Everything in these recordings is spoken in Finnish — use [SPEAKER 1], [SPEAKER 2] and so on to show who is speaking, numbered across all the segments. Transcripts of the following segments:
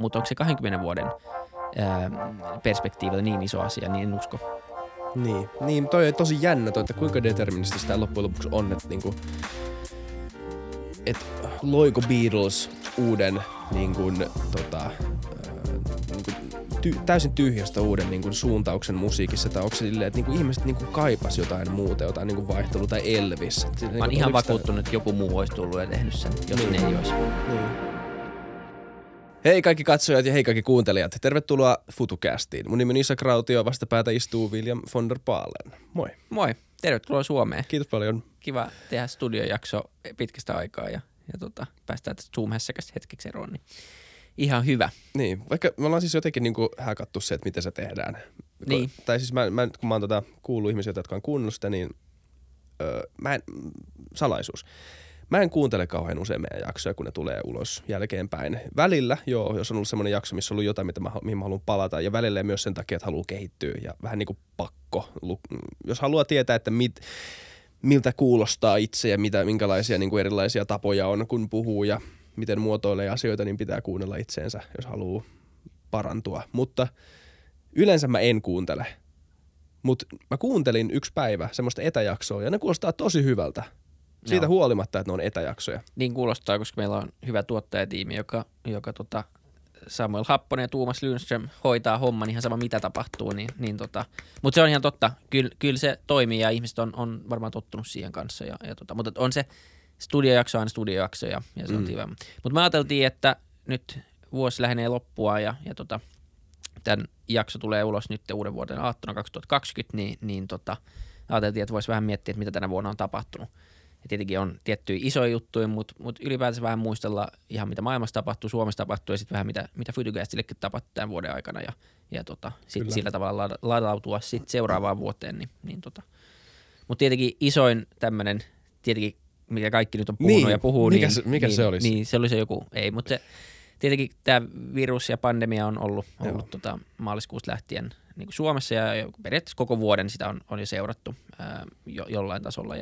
[SPEAKER 1] mutta onko se 20 vuoden perspektiivillä niin iso asia, niin en usko.
[SPEAKER 2] Niin toi on tosi jännä toi, että kuinka deterministista tämä loppujen lopuksi on, että niinku, loiko Beatles uuden täysin tyhjästä uuden suuntauksen musiikissa, tai onko se silleen, että ihmiset kaipas jotain muuta, jotain vaihtelua, tai Elvis.
[SPEAKER 1] Mä oon ihan vakuuttunut, että joku muu olisi tullut ja tehnyt sen, jos ne ei olisi.
[SPEAKER 2] Niin. Hei kaikki katsojat ja hei kaikki kuuntelijat. Tervetuloa FutuCastiin. Mun nimi on Isak Rautio, vastapäätä istuu William von der Baalen. Moi.
[SPEAKER 1] Moi. Tervetuloa Suomeen.
[SPEAKER 2] Kiitos paljon.
[SPEAKER 1] Kiva tehdä studiojakso pitkästä aikaa ja päästään tästä Zoom-hässäkästä hetkeksi eroon. Niin ihan hyvä.
[SPEAKER 2] Niin, vaikka me ollaan siis jotenkin häkattu se, että miten se tehdään.
[SPEAKER 1] Niin.
[SPEAKER 2] Tai siis kun mä oon kuullut ihmisiä, jotka on kuunnellut sitä, niin salaisuus. Mä en kuuntele kauhean usein meidän jaksoja, kun ne tulee ulos jälkeenpäin. Välillä, jos on ollut semmoinen jakso, missä on ollut jotain, mihin mä haluan palata. Ja välillä myös sen takia, että haluaa kehittyä ja vähän niin kuin pakko. Jos haluaa tietää, että miltä kuulostaa itse ja minkälaisia erilaisia tapoja on, kun puhuu ja miten muotoilee asioita, niin pitää kuunnella itseensä, jos haluaa parantua. Mutta yleensä mä en kuuntele. Mutta mä kuuntelin yksi päivä semmoista etäjaksoa ja ne kuulostaa tosi hyvältä. Siitä huolimatta, että ne on etäjaksoja.
[SPEAKER 1] Niin kuulostaa, koska meillä on hyvä tuottajatiimi, joka Samuel Happonen ja Tuomas Lundström hoitaa homman ihan sama mitä tapahtuu. Mutta se on ihan totta. Kyllä se toimii ja ihmiset on varmaan tottunut siihen kanssa. Mutta on se studiojakso aina studiojakso ja se on hyvä. Mutta me ajateltiin, että nyt vuosi lähenee loppua ja tämän jakso tulee ulos nyt uuden vuoden aattona 2020, niin ajateltiin, että voisi vähän miettiä, että mitä tänä vuonna on tapahtunut. Ja tietenkin on tiettyjä isoja juttuja, mutta ylipäätänsä vähän muistella ihan mitä maailmassa tapahtuu, Suomessa tapahtuu ja sitten vähän mitä FutuCastillekin tapahtui tämän vuoden aikana ja sitten sillä tavalla ladautua sitten seuraavaan vuoteen. Mutta tietenkin isoin tämmöinen, tietenkin mikä kaikki nyt on puhunut ja puhuu.
[SPEAKER 2] Mikä se olisi?
[SPEAKER 1] Niin, se oli se joku, ei, mutta tietenkin tämä virus ja pandemia on ollut maaliskuusta lähtien niin kuin Suomessa ja periaatteessa koko vuoden sitä on jo seurattu jollain tasolla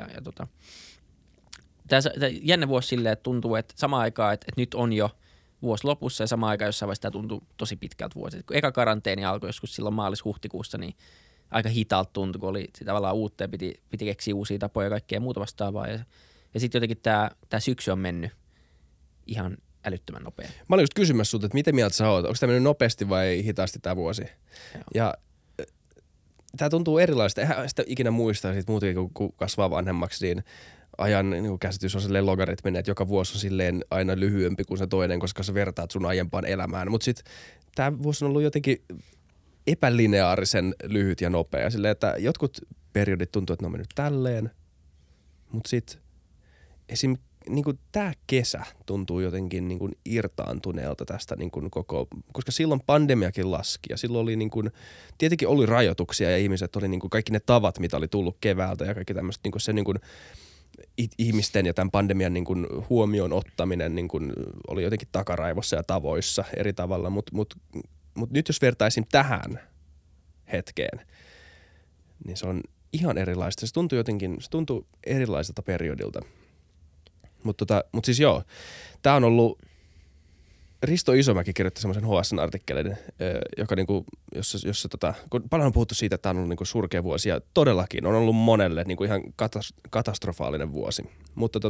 [SPEAKER 1] Tämä jännä vuosi silleen, että tuntuu, että samaan aikaan, että nyt on jo vuosi lopussa ja samaan aikaan jossain vaiheessa tämä tuntuu tosi pitkältä vuosilta. Kun eka karanteeni alkoi joskus silloin maalis-huhtikuussa, niin aika hitaalta tuntui, kun oli tavallaan uutta ja piti keksiä uusia tapoja ja kaikkea muuta vastaavaa. Ja sitten jotenkin tämä syksy on mennyt ihan älyttömän nopea. Mä
[SPEAKER 2] olin just kysymässä sulta, että miten mieltä sä oot? Onko tämä mennyt nopeasti vai hitaasti tämä vuosi? Joo. Ja tämä tuntuu erilaista. Eihän sitä ikinä muistaa siitä muutenkin, kun kasvaa vanhemmaksi, niin ajan käsitys on silleen logaritminen, että joka vuosi on silleen aina lyhyempi kuin se toinen, koska sä vertaat sun aiempaan elämään. Mutta sitten tämä vuosi on ollut jotenkin epälineaarisen lyhyt ja nopea. Silleen, että jotkut periodit tuntuu, että ne on mennyt tälleen, mutta sitten esim. Tämä kesä tuntuu jotenkin irtaantuneelta tästä koska silloin pandemiakin laski ja silloin oli tietenkin oli rajoituksia ja ihmiset oli kaikki ne tavat, mitä oli tullut keväältä ja kaikki tämmöiset se ihmisten ja tämän pandemian huomioon ottaminen oli jotenkin takaraivossa ja tavoissa eri tavalla, mutta nyt jos vertaisin tähän hetkeen, niin se on ihan erilaista. Se tuntuu erilaiselta periodilta. Mutta siis joo, tää on ollut, Risto Isomäki kirjoitti semmoisen HSN artikkelin, joka jossa kun paljon on puhuttu siitä, että tää on ollut surkea vuosi ja todellakin on ollut monelle ihan katastrofaalinen vuosi. Mutta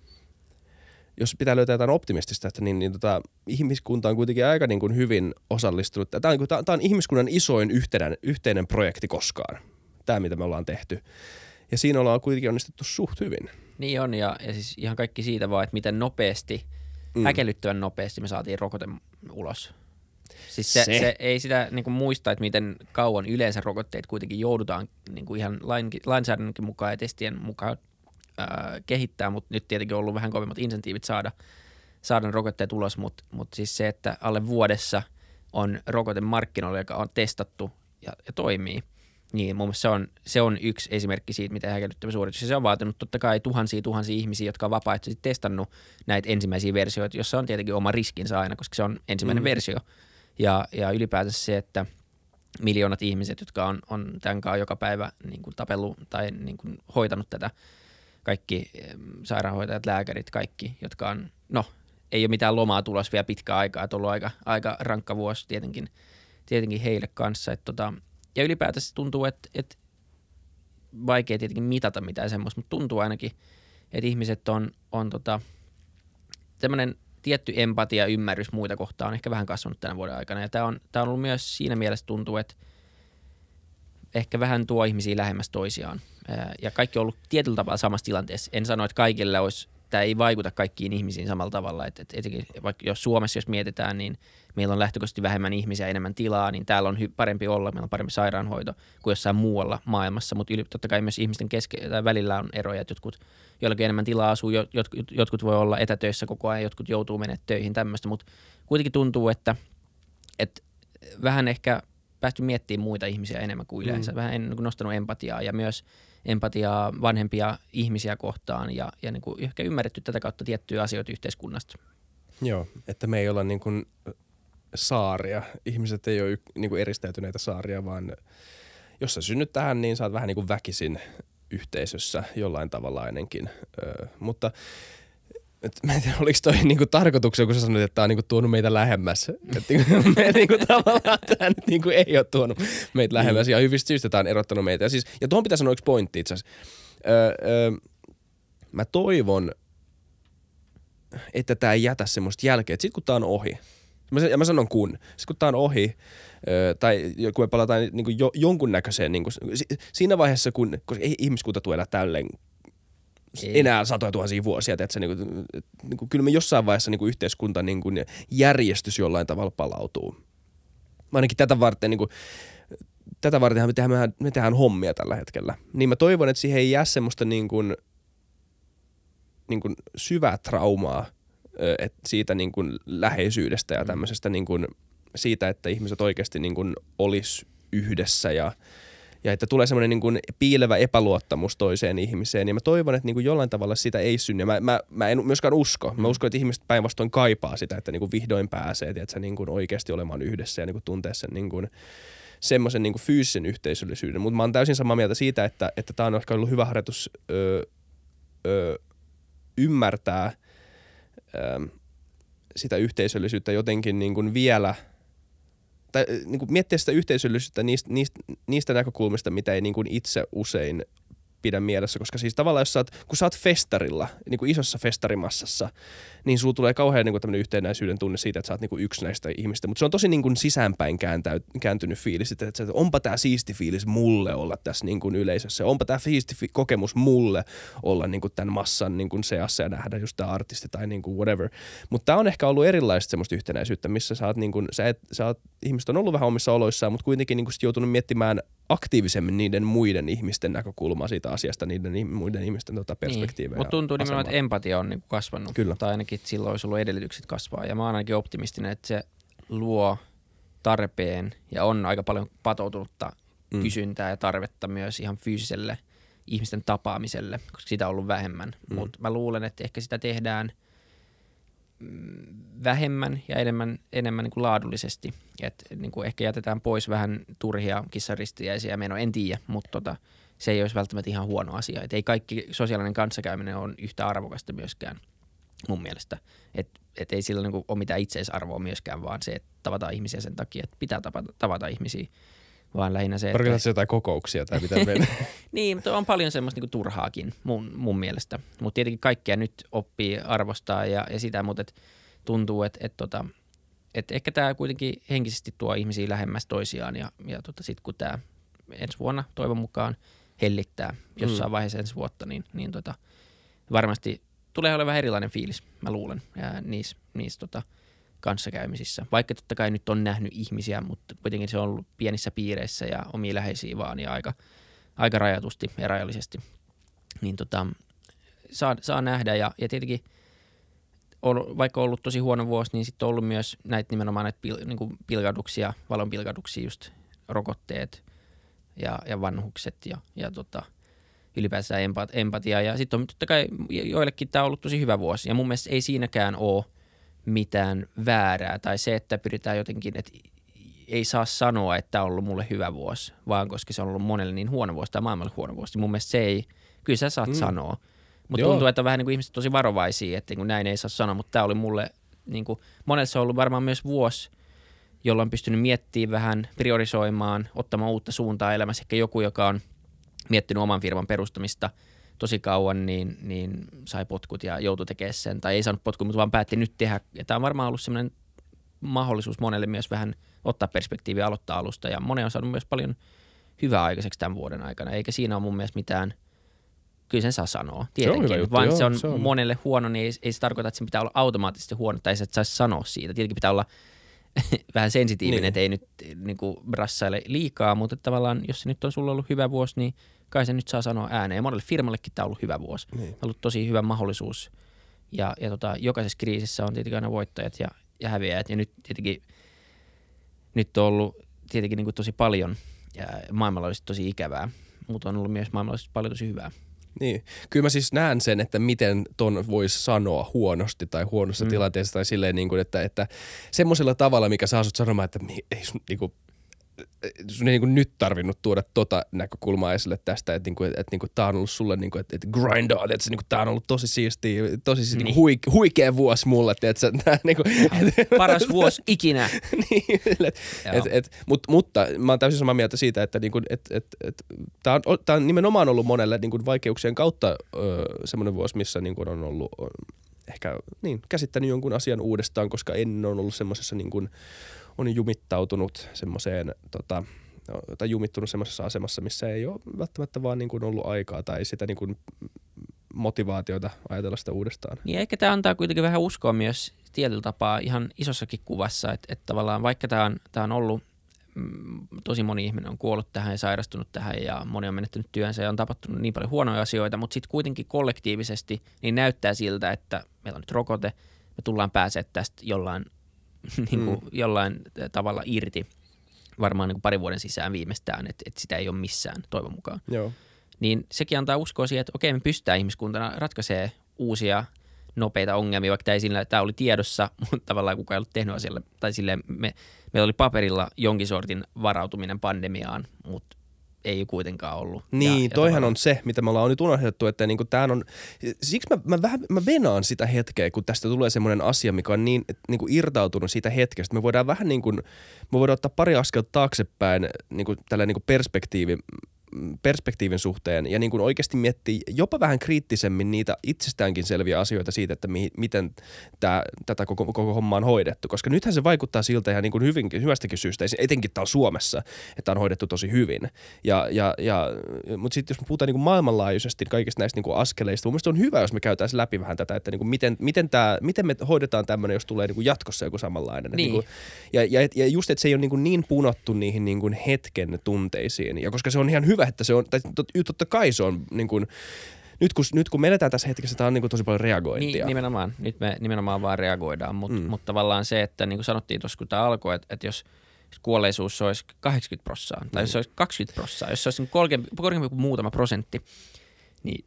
[SPEAKER 2] jos pitää löytää jotain optimistista, että niin ihmiskunta on kuitenkin aika hyvin osallistunut. Tää on ihmiskunnan isoin yhteinen projekti koskaan, tää mitä me ollaan tehty. Ja siinä ollaan kuitenkin onnistuttu suht hyvin.
[SPEAKER 1] Niin on, ja siis ihan kaikki siitä vaan, että miten nopeasti, häkellyttävän nopeasti me saatiin rokote ulos. Siis se ei sitä muista, että miten kauan yleensä rokotteet kuitenkin joudutaan ihan lainsäädännönkin mukaan ja testien mukaan kehittää, mutta nyt tietenkin on ollut vähän kovemmat insentiivit saada rokotteet ulos, mutta siis se, että alle vuodessa on rokote markkinoilla, joka on testattu ja toimii. Niin, mun mielestä se on yksi esimerkki siitä, miten häkellyttävä suoritus. Ja se on vaatinut totta kai tuhansia ihmisiä, jotka on vapaaehtoisesti testannut näitä ensimmäisiä versioita, jossa on tietenkin oma riskinsä aina, koska se on ensimmäinen versio. Ja ylipäätänsä se, että miljoonat ihmiset, jotka on tämän kanssa joka päivä tapellut tai hoitanut tätä, kaikki sairaanhoitajat, lääkärit, kaikki, jotka on, ei ole mitään lomaa tulossa vielä pitkään aikaa, että on ollut aika rankka vuosi tietenkin heille kanssa. Ja ylipäätänsä tuntuu, että vaikea tietenkin mitata mitään semmoista, mutta tuntuu ainakin, että ihmiset on tämmöinen tietty empatia ja ymmärrys muita kohtaan on ehkä vähän kasvanut tänä vuoden aikana. Ja tämä on ollut myös siinä mielessä tuntuu, että ehkä vähän tuo ihmisiä lähemmäs toisiaan. Ja kaikki on ollut tietyllä tavalla samassa tilanteessa. En sano, että kaikille tämä ei vaikuta kaikkiin ihmisiin samalla tavalla. Etenkin vaikka jos Suomessa, jos mietitään, niin meillä on lähtökohtaisesti vähemmän ihmisiä, enemmän tilaa, niin täällä on parempi olla, meillä on parempi sairaanhoito kuin jossain muualla maailmassa. Mutta totta kai myös ihmisten välillä on eroja, että joillakin enemmän tilaa asuu, jotkut voi olla etätöissä koko ajan, jotkut joutuu menemään töihin tämmöistä. Mutta kuitenkin tuntuu, että vähän ehkä päästy miettimään muita ihmisiä enemmän kuin yleensä. Vähän nostanut empatiaa ja myös empatiaa vanhempia ihmisiä kohtaan ja niin kuin ehkä ymmärretty tätä kautta tiettyjä asioita yhteiskunnasta.
[SPEAKER 2] Joo, että me ei olla niin kuin saaria. Ihmiset ei ole niin kuin eristäytyneitä saaria, vaan jos sä synnyt tähän, niin sä oot vähän niin kuin väkisin yhteisössä jollain tavalla ainakin. Mutta mä en tiedä, oliko toi niinku tarkoituksena, kun sä sanoit, että tää on niinku tuonut meitä lähemmäs. Että niinku tavallaan tää nyt niinku ei ole tuonut meitä lähemmäs. Ja hyvistä syystä tää on erottanut meitä. Ja tuohon pitää sanoa yksi pointti itse asiassa. Mä toivon, että tää ei jätä semmoista jälkeä. Että sit kun tää on ohi, ja mä sanon sit kun tää on ohi, tai kun me palataan niinku jonkunnäköiseen, niinku, siinä vaiheessa, kun ihmiskunta tulee elää tälleen, enää satoja tuhansia vuosia, että niinku, kyllä me jossain vaiheessa niinku yhteiskunta niinku, järjestys jollain tavalla palautuu. Mä ainakin tätä vartenhan me tehdään hommia tällä hetkellä. Niin mä toivon, että siihen ei jää semmoista niinku syvää traumaa siitä niinku läheisyydestä ja tämmöisestä niinku, siitä, että ihmiset oikeasti niinku olisi yhdessä ja että tulee semmoinen niin kuin piilevä epäluottamus toiseen ihmiseen. Ja mä toivon, että niin kuin jollain tavalla sitä ei synny. Mä en myöskään usko. Mä uskon, että ihmiset päinvastoin kaipaa sitä, että niin kuin vihdoin pääsee, että sä niin kuin oikeasti olemaan yhdessä ja niin kuin tuntee sen niin kuin semmoisen niin kuin fyysisen yhteisöllisyyden. Mutta mä oon täysin samaa mieltä siitä, että tää on ehkä ollut hyvä harjoitus ymmärtää sitä yhteisöllisyyttä jotenkin niin kuin vielä – tai niin kuin miettiä sitä yhteisöllisyyttä niistä näkökulmista, mitä ei niin kuin itse usein pidä mielessä, koska siis tavallaan kun sä oot festarilla, niin kuin isossa festarimassassa, niin sulla tulee kauhean niin kuin tämmöinen yhtenäisyyden tunne siitä, että sä oot niin kuin yksi näistä ihmistä, mutta se on tosi niin kuin sisäänpäin kääntynyt fiilis, että onpa tää siisti fiilis mulle olla tässä niin kuin yleisössä, onpa tää siisti kokemus mulle olla niin kuin tämän massan niin kuin seassa ja nähdä just tää artisti tai niin kuin whatever, mutta tää on ehkä ollut erilaista semmoista yhtenäisyyttä, missä sä oot niin kuin, ihmiset on ollut vähän omissa oloissaan, mutta kuitenkin niin kuin joutunut miettimään aktiivisemmin niiden muiden ihmisten näkökulmaa siitä asiasta, niiden muiden ihmisten perspektiivejä.
[SPEAKER 1] Niin, mutta tuntuu nimenomaan, että empatia on niinku kasvanut.
[SPEAKER 2] Kyllä.
[SPEAKER 1] Tai ainakin silloin olisi ollut edellytykset kasvaa. Ja mä oon ainakin optimistinen, että se luo tarpeen ja on aika paljon patoutunutta kysyntää ja tarvetta myös ihan fyysiselle ihmisten tapaamiselle, koska sitä on ollut vähemmän. Mutta mä luulen, että ehkä sitä tehdään vähemmän ja enemmän niin kuin laadullisesti. Että niin kuin ehkä jätetään pois vähän turhia kissaristiäisiä ja menoja, en tiedä, mutta se ei olisi välttämättä ihan huono asia. Et ei kaikki sosiaalinen kanssakäyminen ole yhtä arvokasta myöskään mun mielestä. Et ei sillä niin kuin ole mitään itseisarvoa myöskään, vaan se, että tavataan ihmisiä sen takia, että pitää tavata ihmisiä. Vaan lähinnä se,
[SPEAKER 2] että se jotain kokouksia tai mitä meidän.
[SPEAKER 1] Niin, mutta on paljon semmoista niinku turhaakin mun mielestä. Mutta tietenkin kaikkea nyt oppii arvostaa ja sitä, mutta tuntuu, että ehkä tämä kuitenkin henkisesti tuo ihmisiä lähemmäs toisiaan ja sitten kun tämä ensi vuonna toivon mukaan hellittää jossain vaiheessa ensi vuotta, niin varmasti tulee olemaan vähän erilainen fiilis, mä luulen, niissä kanssakäymisissä. Vaikka totta kai nyt on nähnyt ihmisiä, mutta kuitenkin se on ollut pienissä piireissä ja omia läheisiä vaan ja aika rajatusti ja rajallisesti. Niin saa nähdä ja tietenkin vaikka on ollut tosi huono vuosi, niin sitten on ollut myös näitä nimenomaan näitä pilkahduksia, valonpilkahduksia, just rokotteet ja vanhukset ja ylipäänsä empatia. Ja sitten on totta kai joillekin tämä on ollut tosi hyvä vuosi ja mun mielestä ei siinäkään ole mitään väärää tai se, että pyritään jotenkin, että ei saa sanoa, että tämä on ollut mulle hyvä vuosi, vaan koska se on ollut monelle niin huono vuosi tai maailmalle huono vuosi. Mun mielestä se ei, kyllä sä saat sanoa, Mutta tuntuu, että on vähän niin kuin ihmiset tosi varovaisia, että niin näin ei saa sanoa, mutta tämä oli mulle, niin kuin, monelle se on ollut varmaan myös vuosi, jolla on pystynyt miettimään vähän, priorisoimaan, ottamaan uutta suuntaa elämässä. Ehkä joku, joka on miettinyt oman firman perustamista tosi kauan, niin sai potkut ja joutui tekemään sen. Tai ei saanut potkut, mutta vaan päätti nyt tehdä. Ja tämä on varmaan ollut sellainen mahdollisuus monelle myös vähän ottaa perspektiiviä, aloittaa alusta. Ja monen on saanut myös paljon hyvää aikaiseksi tämän vuoden aikana. Eikä siinä ole mun mielestä mitään, kyllä sen saa sanoa, tietenkin.
[SPEAKER 2] Se on hyvä juttu,
[SPEAKER 1] vaan
[SPEAKER 2] joo,
[SPEAKER 1] se on monelle huono, niin ei se tarkoita, että sen pitää olla automaattisesti huono, tai et saisi sanoa siitä. Tietenkin pitää olla vähän sensitiivinen, että ei nyt niin kuin brassaile liikaa, mutta tavallaan jos se nyt on sulla ollut hyvä vuosi, niin kai se nyt saa sanoa ääneen. Ja monelle firmallekin tämä on ollut hyvä vuosi. On ollut tosi hyvä mahdollisuus. Ja jokaisessa kriisissä on tietenkin aina voittajat ja häviäjät. Ja nyt tietenkin nyt on ollut tietenkin niin kuin tosi paljon ja maailmanlaajuisesti tosi ikävää, mutta on ollut myös maailmanlaajuisesti paljon tosi hyvää.
[SPEAKER 2] Niin. Kyllä mä siis näen sen, että miten ton voisi sanoa huonosti tai huonossa tilanteessa tai silleen, niin kuin, että semmoisella tavalla, mikä sä asut sanomaan, että ei sun sun ei niin kuin nyt tarvinnut tuoda näkökulmaa esille tästä, että tää on ollut sulle, että grind on, että tää on ollut tosi siistiä, tosi niin. Huikea vuosi mulle, että
[SPEAKER 1] paras vuosi ikinä.
[SPEAKER 2] Niin, mutta mä oon täysin samaa mieltä siitä, että tää on nimenomaan ollut monelle niin kuin vaikeuksien kautta semmoinen vuosi, missä niin kuin on ollut ehkä käsittänyt jonkun asian uudestaan, koska ennen on ollut semmoisessa niin kuin on jumittautunut semmoiseen tai jumittunut semmoisessa asemassa, missä ei ole välttämättä vaan niin kuin ollut aikaa tai sitä niin kuin motivaatiota ajatella sitä uudestaan.
[SPEAKER 1] Niin ehkä tämä antaa kuitenkin vähän uskoa myös tietyllä tapaa ihan isossakin kuvassa, että tavallaan vaikka tämä on ollut, tosi moni ihminen on kuollut tähän ja sairastunut tähän ja moni on menettänyt työnsä ja on tapahtunut niin paljon huonoja asioita, mutta sitten kuitenkin kollektiivisesti niin näyttää siltä, että meillä on nyt rokote, me tullaan pääsemään tästä jollain tavalla irti varmaan niin kuin parin vuoden sisään viimeistään, että sitä ei ole missään toivon mukaan.
[SPEAKER 2] Joo.
[SPEAKER 1] Niin sekin antaa uskoa siihen, että okei, me pystytään ihmiskuntana ratkaisemaan uusia nopeita ongelmia, vaikka tämä oli tiedossa, mutta tavallaan kukaan ei ollut tehnyt asialle. Tai silleen meillä oli paperilla jonkin sortin varautuminen pandemiaan, mutta ei kuitenkaan ollut.
[SPEAKER 2] Niin, toihan on se, mitä me ollaan nyt unohdettu, että niinku tää on, siksi mä venaan sitä hetkeä, kun tästä tulee semmoinen asia, mikä on niin niinku irtautunut siitä hetkestä. Me voidaan vähän niin kuin, me voidaan ottaa pari askelta taaksepäin niinku tällä niinku perspektiivin suhteen ja niin kuin oikeasti miettii jopa vähän kriittisemmin niitä itsestäänkin selviä asioita siitä, että miten tätä koko hommaa on hoidettu. Koska nythän se vaikuttaa siltä ihan niin kuin hyvästäkin syystä, etenkin täällä Suomessa, että on hoidettu tosi hyvin. Mutta sitten jos me puhutaan niin kuin maailmanlaajuisesti kaikista näistä niin kuin askeleista, mun mielestä on hyvä, jos me käytäisiin läpi vähän tätä, että niin kuin miten me hoidetaan tämmöinen, jos tulee niin kuin jatkossa joku samanlainen. Niin. Niin kuin, ja just, että se ei ole niin punottu niihin niin kuin hetken tunteisiin. Ja koska se on ihan hyvä, että se on, tai totta kai se on niin kuin, nyt kun me eletään tässä hetkessä, tämä on niin kuin tosi paljon reagointia.
[SPEAKER 1] Niin, nimenomaan. Nyt me nimenomaan vaan reagoidaan, mutta tavallaan se, että niin kuin sanottiin tuossa, kun tämä alkoi, että jos kuolleisuus olisi 80%, tai jos se olisi 20%, jos se olisi korkeampi kuin muutama prosentti, niin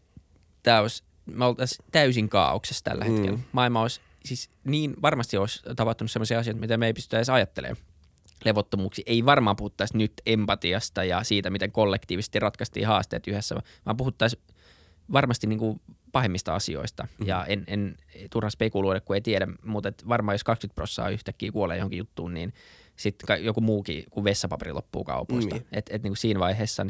[SPEAKER 1] me oltaisiin täysin kaauksessa tällä hetkellä. Maailma olisi, siis niin varmasti olisi tapahtunut sellaisia asioita, mitä me ei pystytä edes ajattelemaan. Levottomuuksia. Ei varmaan puhuttaisi nyt empatiasta ja siitä, miten kollektiivisesti ratkaistiin haasteet yhdessä, vaan puhuttaisiin varmasti niin kuin pahimmista asioista. Ja en turha spekuloida, kun ei tiedä, mutta varmaan jos 20% yhtäkkiä kuolee johonkin juttuun, niin sitten joku muukin kuin vessapaperi loppuu kaupoista. Että niin kuin siinä vaiheessa,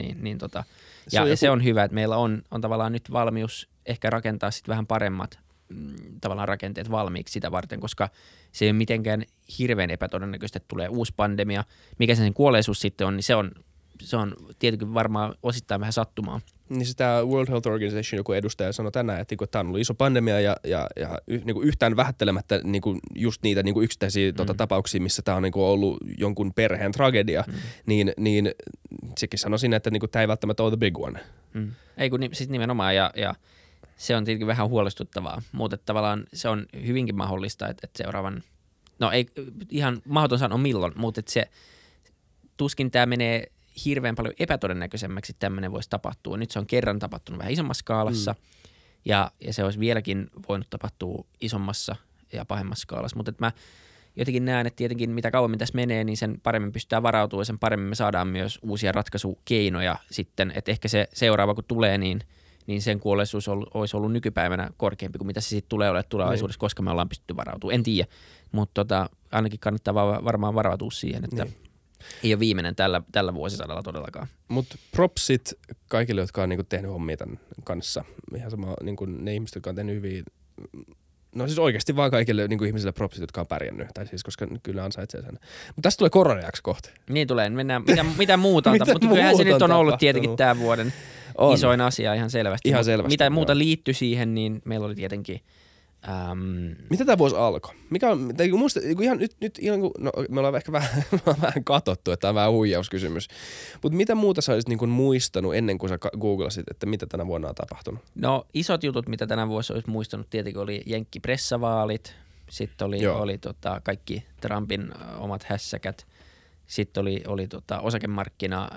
[SPEAKER 1] se on hyvä, että meillä on tavallaan nyt valmius ehkä rakentaa sitten vähän paremmat tavallaan rakenteet valmiiksi sitä varten, koska se ei ole mitenkään hirveän epätodennäköistä, että tulee uusi pandemia. Mikä sen kuolleisuus sitten on, niin se on tietenkin varmaan osittain vähän sattumaa.
[SPEAKER 2] Niin sitä World Health Organization joku edustaja sanoi tänään, että tämä on ollut iso pandemia ja niin kuin yhtään vähättelemättä niin kuin just niitä niin kuin yksittäisiä tapauksia, missä tämä on niin kuin ollut jonkun perheen tragedia, niin sekin sanoi siinä, että niin kuin tämä ei välttämättä ole the big one.
[SPEAKER 1] Ei kun siis nimenomaan ja se on tietenkin vähän huolestuttavaa, mutta tavallaan se on hyvinkin mahdollista, että seuraavan, no ei ihan mahdoton sanoa milloin, mutta että se tuskin tämä menee hirveän paljon epätodennäköisemmäksi, että tämmöinen voisi tapahtua. Nyt se on kerran tapahtunut vähän isommassa skaalassa ja se olisi vieläkin voinut tapahtua isommassa ja pahemmassa skaalassa, mutta että mä jotenkin näen, että tietenkin mitä kauemmin tässä menee, niin sen paremmin pystytään varautumaan ja sen paremmin me saadaan myös uusia ratkaisukeinoja sitten, että ehkä se seuraava kun tulee, niin niin sen kuolleisuus olisi ollut nykypäivänä korkeampi kuin mitä se sitten tulee olemaan tulevaisuudessa, koska me ollaan pystytty varautumaan. En tiedä, mutta ainakin kannattaa varmaan varautua siihen, että ei ole viimeinen tällä vuosisadalla todellakaan.
[SPEAKER 2] Mutta propsit kaikille, jotka on niinku tehnyt hommia tämän kanssa. Ihan sama niinku ne ihmiset, jotka on tehnyt hyviä. No siis oikeasti vaan kaikille niinku ihmisille propsit, jotka on pärjännyt. Tai siis, koska kyllä ansaitsee sen. Mutta tästä tulee koronajakso kohta.
[SPEAKER 1] Niin tulee. Mennään, mitä muuta on mutta kyllähän se nyt on ollut tietenkin tämän vuoden isoin asia ihan selvästi.
[SPEAKER 2] Ihan selvästi.
[SPEAKER 1] Mitä muuta liittyi siihen, niin meillä oli tietenkin...
[SPEAKER 2] Mitä tämä vuosi alkoi? Mikä on, musta, ihan nyt ihan kun, no, me ollaan ehkä vähän katsottu, että tämä on vähän huijauskysymys. Mutta mitä muuta sä olisit niin kuin muistanut ennen kuin sä googlasit, että mitä tänä vuonna on tapahtunut?
[SPEAKER 1] No isot jutut, mitä tänä vuonna olisit muistanut, tietenkin oli jenkkipressavaalit. Sitten oli kaikki Trumpin omat hässäkät. Sitten oli osakemarkkina,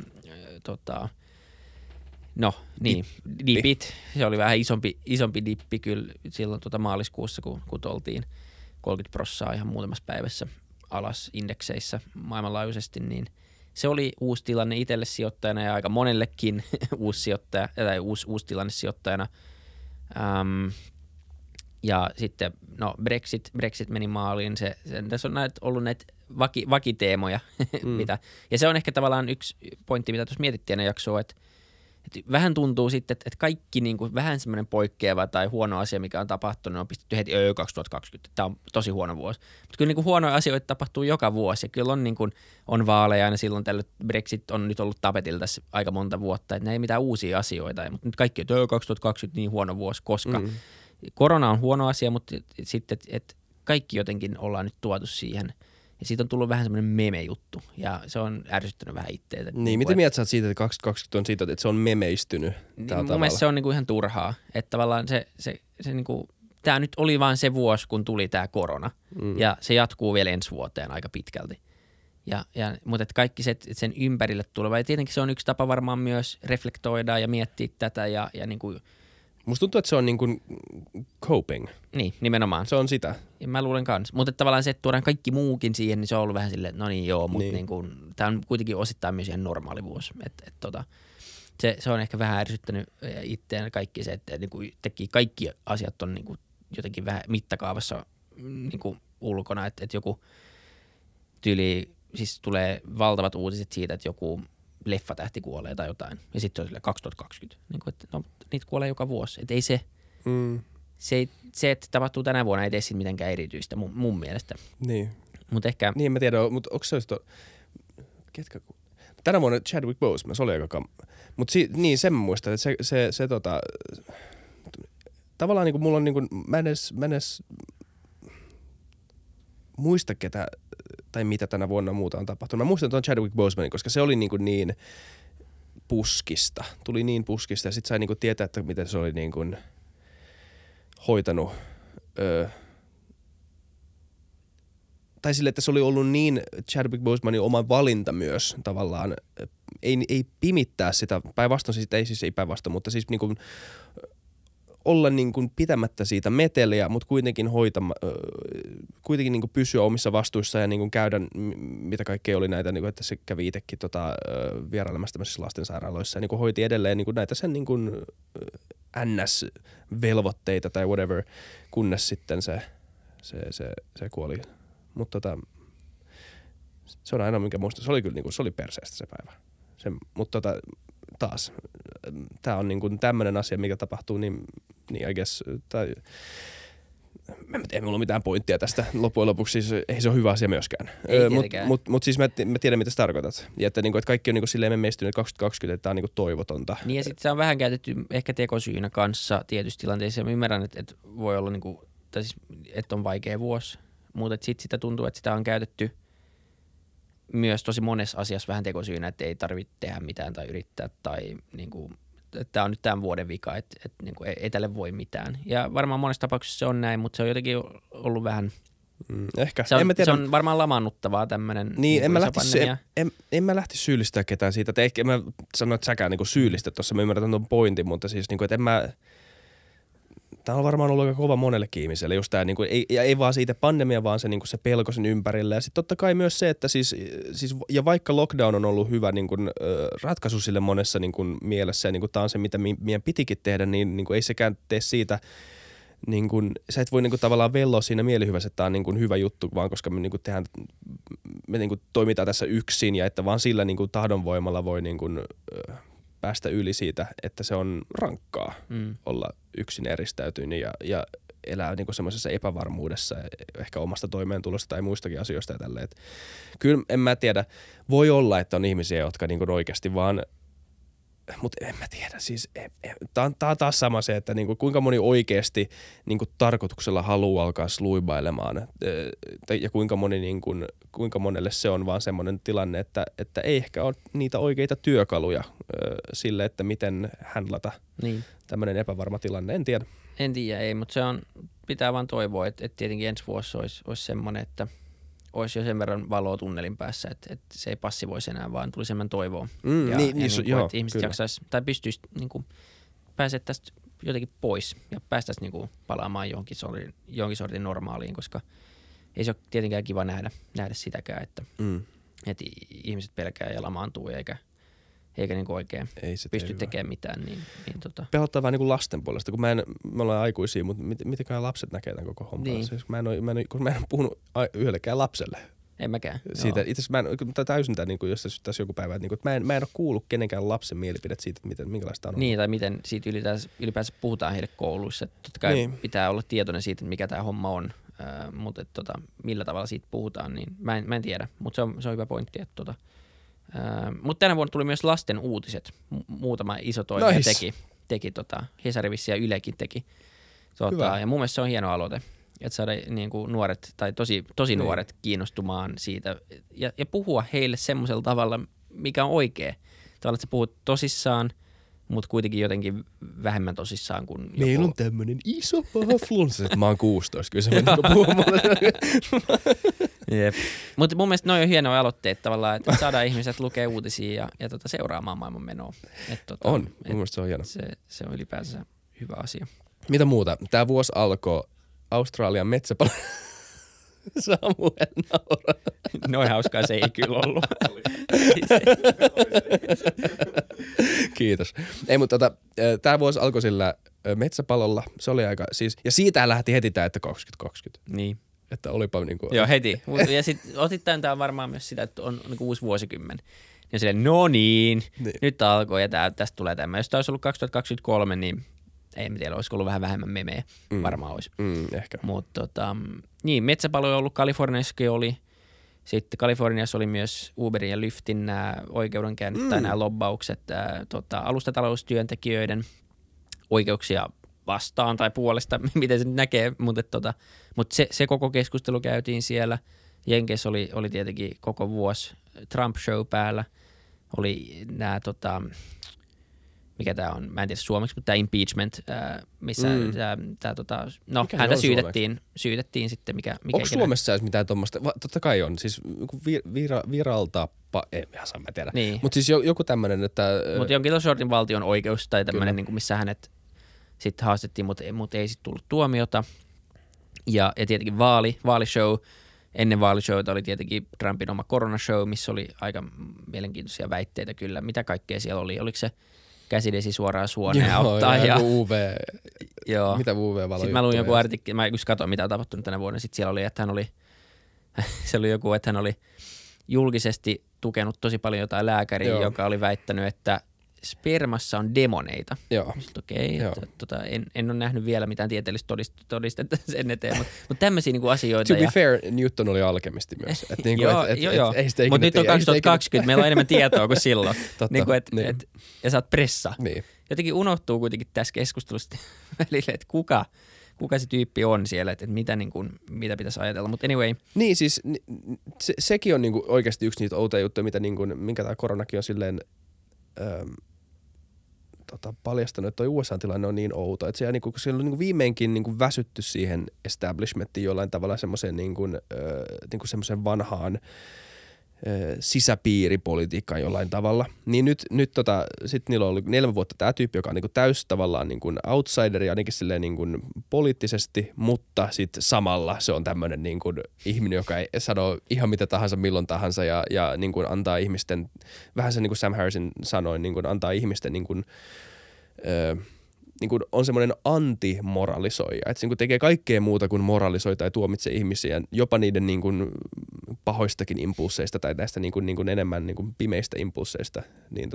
[SPEAKER 1] dipit. Se oli vähän isompi dippi kyllä silloin maaliskuussa, kun oltiin 30% ihan muutamassa päivässä alas indekseissä maailmanlaajuisesti, niin se oli uusi tilanne itselle sijoittajana ja aika monellekin uusi sijoittaja tai uusi tilanne sijoittajana. Ja sitten Brexit meni maaliin. Tässä on ollut näitä vakiteemoja. Ja se on ehkä tavallaan yksi pointti, mitä tuossa mietittiin ennen jaksoa, että vähän tuntuu sitten, että kaikki niin kuin vähän semmoinen poikkeava tai huono asia, mikä on tapahtunut, on pistetty heti 2020. Tämä on tosi huono vuosi. Mutta kyllä niin kuin huonoja asioita tapahtuu joka vuosi. Ja kyllä on, niin kuin, on vaaleja aina silloin tällä Brexit on nyt ollut tapetilla tässä aika monta vuotta. Että ne ei mitään uusia asioita. Mutta nyt kaikki, että 2020 niin huono vuosi, koska korona on huono asia, mutta sitten, että kaikki jotenkin ollaan nyt tuotu siihen. Ja siitä on tullut vähän semmoinen meme-juttu, ja se on ärsyttänyt vähän itteitä.
[SPEAKER 2] Niin, mitä mieltä sä oot siitä, että 2020 on siitä, että se on memeistynyt tällä
[SPEAKER 1] mun mielestä se on niinku ihan turhaa, että tavallaan se niinku, tää nyt oli vaan se vuosi, kun tuli tää korona, ja se jatkuu vielä ensi vuoteen aika pitkälti. Mutta et kaikki sen ympärille tuleva, ja tietenkin se on yksi tapa varmaan myös reflektoida ja miettiä tätä, ja niinku...
[SPEAKER 2] Musta tuntuu, että se on niin kuin coping.
[SPEAKER 1] Niin, nimenomaan.
[SPEAKER 2] Se on sitä.
[SPEAKER 1] Ja mä luulen kanssa. Mutta tavallaan se, että tuodaan kaikki muukin siihen, niin se on ollut vähän silleen, että no niin joo, mutta niin tämä on kuitenkin osittain myös ihan normaali vuosi. Se on ehkä vähän ärsyttänyt itseään kaikki se, että niin kuin kaikki asiat on niin kuin jotenkin vähän mittakaavassa niin kuin ulkona, että joku tyyli, siis tulee valtavat uutiset siitä, että joku leffatähti kuolee tai jotain. Ja sitten on silleen 2020. Niin kuin, että niitä kuolee joka vuosi. Että ei se, että tapahtuu tänä vuonna, ei tee siitä mitenkään erityistä mun mielestä.
[SPEAKER 2] Niin.
[SPEAKER 1] Mut ehkä...
[SPEAKER 2] Niin, mä tiedän, mutta onko se ketkä... Tänä vuonna Chadwick Boseman, se oli aika Mutta niin, sen mä muistan, että se tavallaan niinku mulla on niinku, mä edes muista ketä tai mitä tänä vuonna muuta on tapahtunut. Mä muistan tuon Chadwick Bosemanin, koska se oli niin puskista. Tuli niin puskista ja sit sai niinku tietää, että miten se oli niinku hoitanut. Tai sille, että se oli ollut niin Chadwick Bosemanin oma valinta myös tavallaan. Ei pimittää sitä, päinvastoin siis ei päinvastoin, mutta siis niinku olla niin kuin pitämättä siitä meteliä, mutta kuitenkin kuitenkin niin kuin pysyä omissa vastuissa ja niin kuin käydä, mitä kaikkea oli näitä, niin kuin, että se kävi itsekin vierailemassa tämmöisissä lastensairaaloissa ja niin kuin hoiti edelleen niin kuin näitä sen niin kuin NS-velvoitteita tai whatever, kunnes sitten se kuoli. Mutta se on aina, minkä muistan. Se oli kyllä niin kuin, se oli perseestä se päivä. Mutta taas, tää on niin kuin tämmönen asia, mikä tapahtuu, niin I guess, ei mulla mitään pointtia tästä loppujen lopuksi, siis ei se ole hyvä asia myöskään. Mutta siis mä tiedän, mitä sä tarkoitat. Ja että, niinku, että kaikki on niinku silleen memeistynyt 2020, että tää on niinku toivotonta.
[SPEAKER 1] Niin ja sitten se on vähän käytetty ehkä tekosyynä kanssa tietyissä tilanteissa. Mä ymmärrän, että voi olla niinku, tai siis, että on vaikea vuosi, mutta sitten sitä tuntuu, että sitä on käytetty myös tosi monessa asiassa vähän tekosyynä, että ei tarvitse tehdä mitään tai yrittää tai niinku, tämä on nyt tämän vuoden vika, että niinku, ei tälle voi mitään. Ja varmaan monessa tapauksessa se on näin, mutta se on jotenkin ollut vähän...
[SPEAKER 2] Ehkä.
[SPEAKER 1] Se on varmaan lamaannuttavaa tämmöinen
[SPEAKER 2] niin, en mä lähtisi syyllistää ketään siitä. Ehkä en mä sano, että säkään niinku syyllistä tuossa. Mä ymmärrän tuon pointin, mutta siis niinku, että en mä... Tämä on varmaan ollut aika kova monellekin ihmiselle, just tämä, niin kuin, ei vaan siitä pandemia, vaan se, niin kuin se pelko sen ympärillä. Ja sitten totta kai myös se, että siis, ja vaikka lockdown on ollut hyvä niin kuin, ratkaisu sille monessa niin kuin, mielessä, ja niin kuin, tämä on se, mitä meidän pitikin tehdä, niin kuin, ei sekään tee siitä, niin kuin, sä et voi niin kuin, tavallaan velloa siinä mielihyvässä, että tämä on niin kuin, hyvä juttu, vaan koska me, niin kuin, me niin kuin, toimitaan tässä yksin, ja että vaan sillä niin kuin, tahdonvoimalla voi niin kuin, päästä yli siitä, että se on rankkaa olla yksin eristäytynyt ja elää niinku semmoisessa epävarmuudessa, ehkä omasta toimeentulosta tai muistakin asioista ja tälleen. Kyllä en mä tiedä, voi olla, että on ihmisiä, jotka niinku oikeasti vaan, mutta en mä tiedä, siis tää on taas sama se, että niinku kuinka moni oikeasti niinku tarkoituksella haluaa alkaa sluibailemaan ja kuinka monelle se on vaan semmoinen tilanne, että ei ehkä ole niitä oikeita työkaluja sille, että miten handlata tämmöinen epävarma tilanne, en tiedä.
[SPEAKER 1] En tiedä, ei, mutta pitää vaan toivoa, että tietenkin ensi vuosi olisi semmoinen, että olisi jo sen verran valoa tunnelin päässä, että se ei passivoisi enää, vaan tulisi enemmän toivoa. Että ihmiset jaksaisi tai pystyisi pääsee tästä jotenkin pois ja päästäisiin palaamaan johonkin sortin normaaliin, koska ei se ole tietenkään kiva nähdä sitäkään, että ihmiset pelkää ja lamaantuu eikä oikein pysty tekemään mitään.
[SPEAKER 2] Pelottaa vähän niin kuin lasten puolesta, kun me ollaan aikuisia, mutta mitenköhän lapset näkee tämän koko homman? Niin. Siis mä en ole puhunut yhdellekään lapselle.
[SPEAKER 1] En mäkään.
[SPEAKER 2] Siitä, itse asiassa mä en täysin tämä, niin jos tässä joku päivä, että mä en ole kuullut kenenkään lapsen mielipidet siitä, että minkälaista on.
[SPEAKER 1] Niin, tai miten siitä ylipäänsä puhutaan heille kouluissa. Että totta kai pitää olla tietoinen siitä, että mikä tämä homma on, mutta millä tavalla siitä puhutaan, niin mä en tiedä, mutta se on hyvä pointti. Mutta tänä vuonna tuli myös lasten uutiset. Muutama iso toimija teki Hesari vissiin ja Ylekin teki. Ja mun mielestä se on hieno aloite, että saada niin kuin nuoret tai tosi nuoret kiinnostumaan siitä ja puhua heille semmoisella tavalla, mikä on oikea. Tavallaan, että sä puhut tosissaan, mutta kuitenkin jotenkin vähemmän tosissaan kuin joku.
[SPEAKER 2] Meillä on tämmöinen iso paha flunssa, että mä oon 16, kyllä se on niin puhumaan.
[SPEAKER 1] Jep. Mutta mun mielestä noi on hienoja aloitteet tavallaan, että saadaan ihmiset lukea uutisia ja seuraamaan maailman menoa.
[SPEAKER 2] On, mun mielestä se on hieno.
[SPEAKER 1] Se on ylipäänsä hyvä asia.
[SPEAKER 2] Mitä muuta? Tää vuosi alkoi Australian metsäpalo. Samuel nauraa.
[SPEAKER 1] Noin hauskaa se ei kyllä ollut.
[SPEAKER 2] Kiitos. Ei, mutta tää vuosi alkoi sillä metsäpalolla. Se oli aika siis, ja siitä lähti heti tää, että 2020.
[SPEAKER 1] Niin.
[SPEAKER 2] Että olipa niinku.
[SPEAKER 1] Joo, heti. Ja sitten osittain tää on varmaan myös sitä, että on niinku uusi vuosikymmen. Ja silleen, no niin, nyt alkoi ja tästä tulee tämä. Jos tämä olisi ollut 2023, niin ei tiedä, olisiko ollut vähän vähemmän memejä. Varmaan olisi.
[SPEAKER 2] Ehkä.
[SPEAKER 1] Mutta niin, metsäpaloja on ollut, Kaliforniassakin oli. Sitten Kaliforniassa oli myös Uberin ja Lyftin nämä oikeudenkäynnit tai nämä lobbaukset alustataloustyöntekijöiden oikeuksia vastaan tai puolesta, miten se nyt näkee, mutta se koko keskustelu käytiin siellä. Jenkeissä oli tietenkin koko vuosi Trump-show päällä. Oli nämä, mikä tämä on, mä en tiedä suomeksi, mutta tämä impeachment, missä häntä syytettiin sitten, mikä
[SPEAKER 2] onko Suomessa edes mitään tuommoista? Totta kai on, siis viraltappa, ei ihan saa mä tiedä, niin. Mutta siis joku tämmöinen, että.
[SPEAKER 1] Mutta jonkin sortin valtion oikeus tai tämmöinen, niin missä hänet sitten haastettiin, mutta ei sitten tullut tuomiota. Ja tietenkin vaalishow. Ennen vaalishowta oli tietenkin Trumpin oma koronashow, missä oli aika mielenkiintoisia väitteitä kyllä. Mitä kaikkea siellä oli? Oliko se käsidesi suoraan suoneen ottaa?
[SPEAKER 2] Ja UV.
[SPEAKER 1] Joo.
[SPEAKER 2] Mitä UV-valo?
[SPEAKER 1] Sitten mä luin joku artikkeli, mä just katsoin mitä on tapahtunut tänä vuonna. Sitten siellä oli, että hän oli julkisesti tukenut tosi paljon jotain lääkäriä, joka oli väittänyt, että spermassa on demoneita.
[SPEAKER 2] Joo.
[SPEAKER 1] Okei, en ole nähnyt vielä mitään tieteellistä todistetta sen eteen, mutta tämmöisiä niinku asioita.
[SPEAKER 2] To be fair, Newton oli alkemisti myös.
[SPEAKER 1] Joo. Mutta nyt on 2020, meillä on enemmän tietoa kuin silloin. Totta, niin. Ja sä oot pressa.
[SPEAKER 2] Niin.
[SPEAKER 1] Jotenkin unohtuu kuitenkin tässä keskustelussa välillä, että kuka se tyyppi on siellä, että mitä pitäisi ajatella, mutta anyway.
[SPEAKER 2] Niin siis sekin on niinku oikeasti yksi niitä outoja juttuja, minkä tämä koronakin on silleen paljastanut, että toi USA-tilanne on niin outo, että siellä on niinku viimeinkin niinku väsytty siihen establishmenttiin jollain tavalla semmoiseen niinku semmoiseen vanhaan sisäpiiripolitiikkaan jollain tavalla. Niin nyt sitten niillä on ollut 4 vuotta tämä tyyppi, joka on niinku täys tavallaan niinku outsideri ainakin silleen niinku poliittisesti, mutta sitten samalla se on tämmöinen niinku ihminen, joka ei sano ihan mitä tahansa milloin tahansa ja niinku antaa ihmisten, vähän se niin kuin Sam Harrisin sanoi, niinku antaa ihmisten niinku, niin kuin on semmoinen antimoralisoija, että se niin kuin tekee kaikkea muuta kuin moralisoi tai tuomitse ihmisiä, jopa niiden niin kuin pahoistakin impulseista tai näistä niin kuin enemmän niin kuin pimeistä impulseista. Niin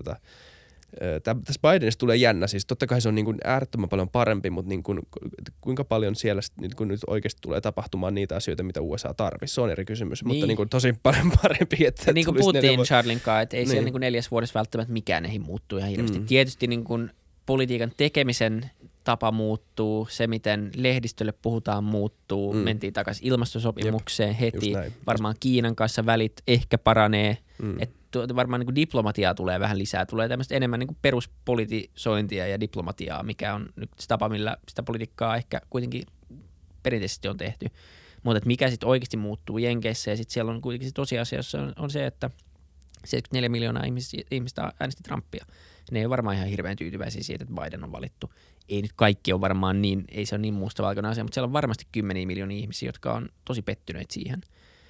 [SPEAKER 2] tässä Bidenista tulee jännä, siis totta kai se on niin kuin äärettömän paljon parempi, mutta niin kuin, kuinka paljon siellä niin kuin nyt oikeasti tulee tapahtumaan niitä asioita, mitä USA tarvitsisi, se on eri kysymys, mutta niin kuin tosi paljon parempi. Että
[SPEAKER 1] niin kuin puhuttiin Charlin kanssa, että ei siellä niin kuin 4 vuodessa välttämättä mikään ei muuttuu ihan hirveästi. Tietysti niin kuin politiikan tekemisen tapa muuttuu, se miten lehdistölle puhutaan muuttuu, mentiin takaisin ilmastosopimukseen heti, varmaan Kiinan kanssa välit ehkä paranee, että varmaan niin kuin diplomatiaa tulee vähän lisää, tulee tämmöistä enemmän niin kuin peruspolitisointia ja diplomatiaa, mikä on nyt se tapa, millä sitä politiikkaa ehkä kuitenkin perinteisesti on tehty, mutta mikä sitten oikeasti muuttuu Jenkeissä ja sitten siellä on kuitenkin se tosiasiassa on se, että 74 miljoonaa ihmistä äänesti Trumpia. Ne ei ole varmaan ihan hirveän tyytyväisiä siitä, että Biden on valittu. Ei nyt kaikki ole varmaan niin, ei se ole niin mustavalkoinen asia, mutta siellä on varmasti 10 miljoonia ihmisiä, jotka on tosi pettyneitä siihen.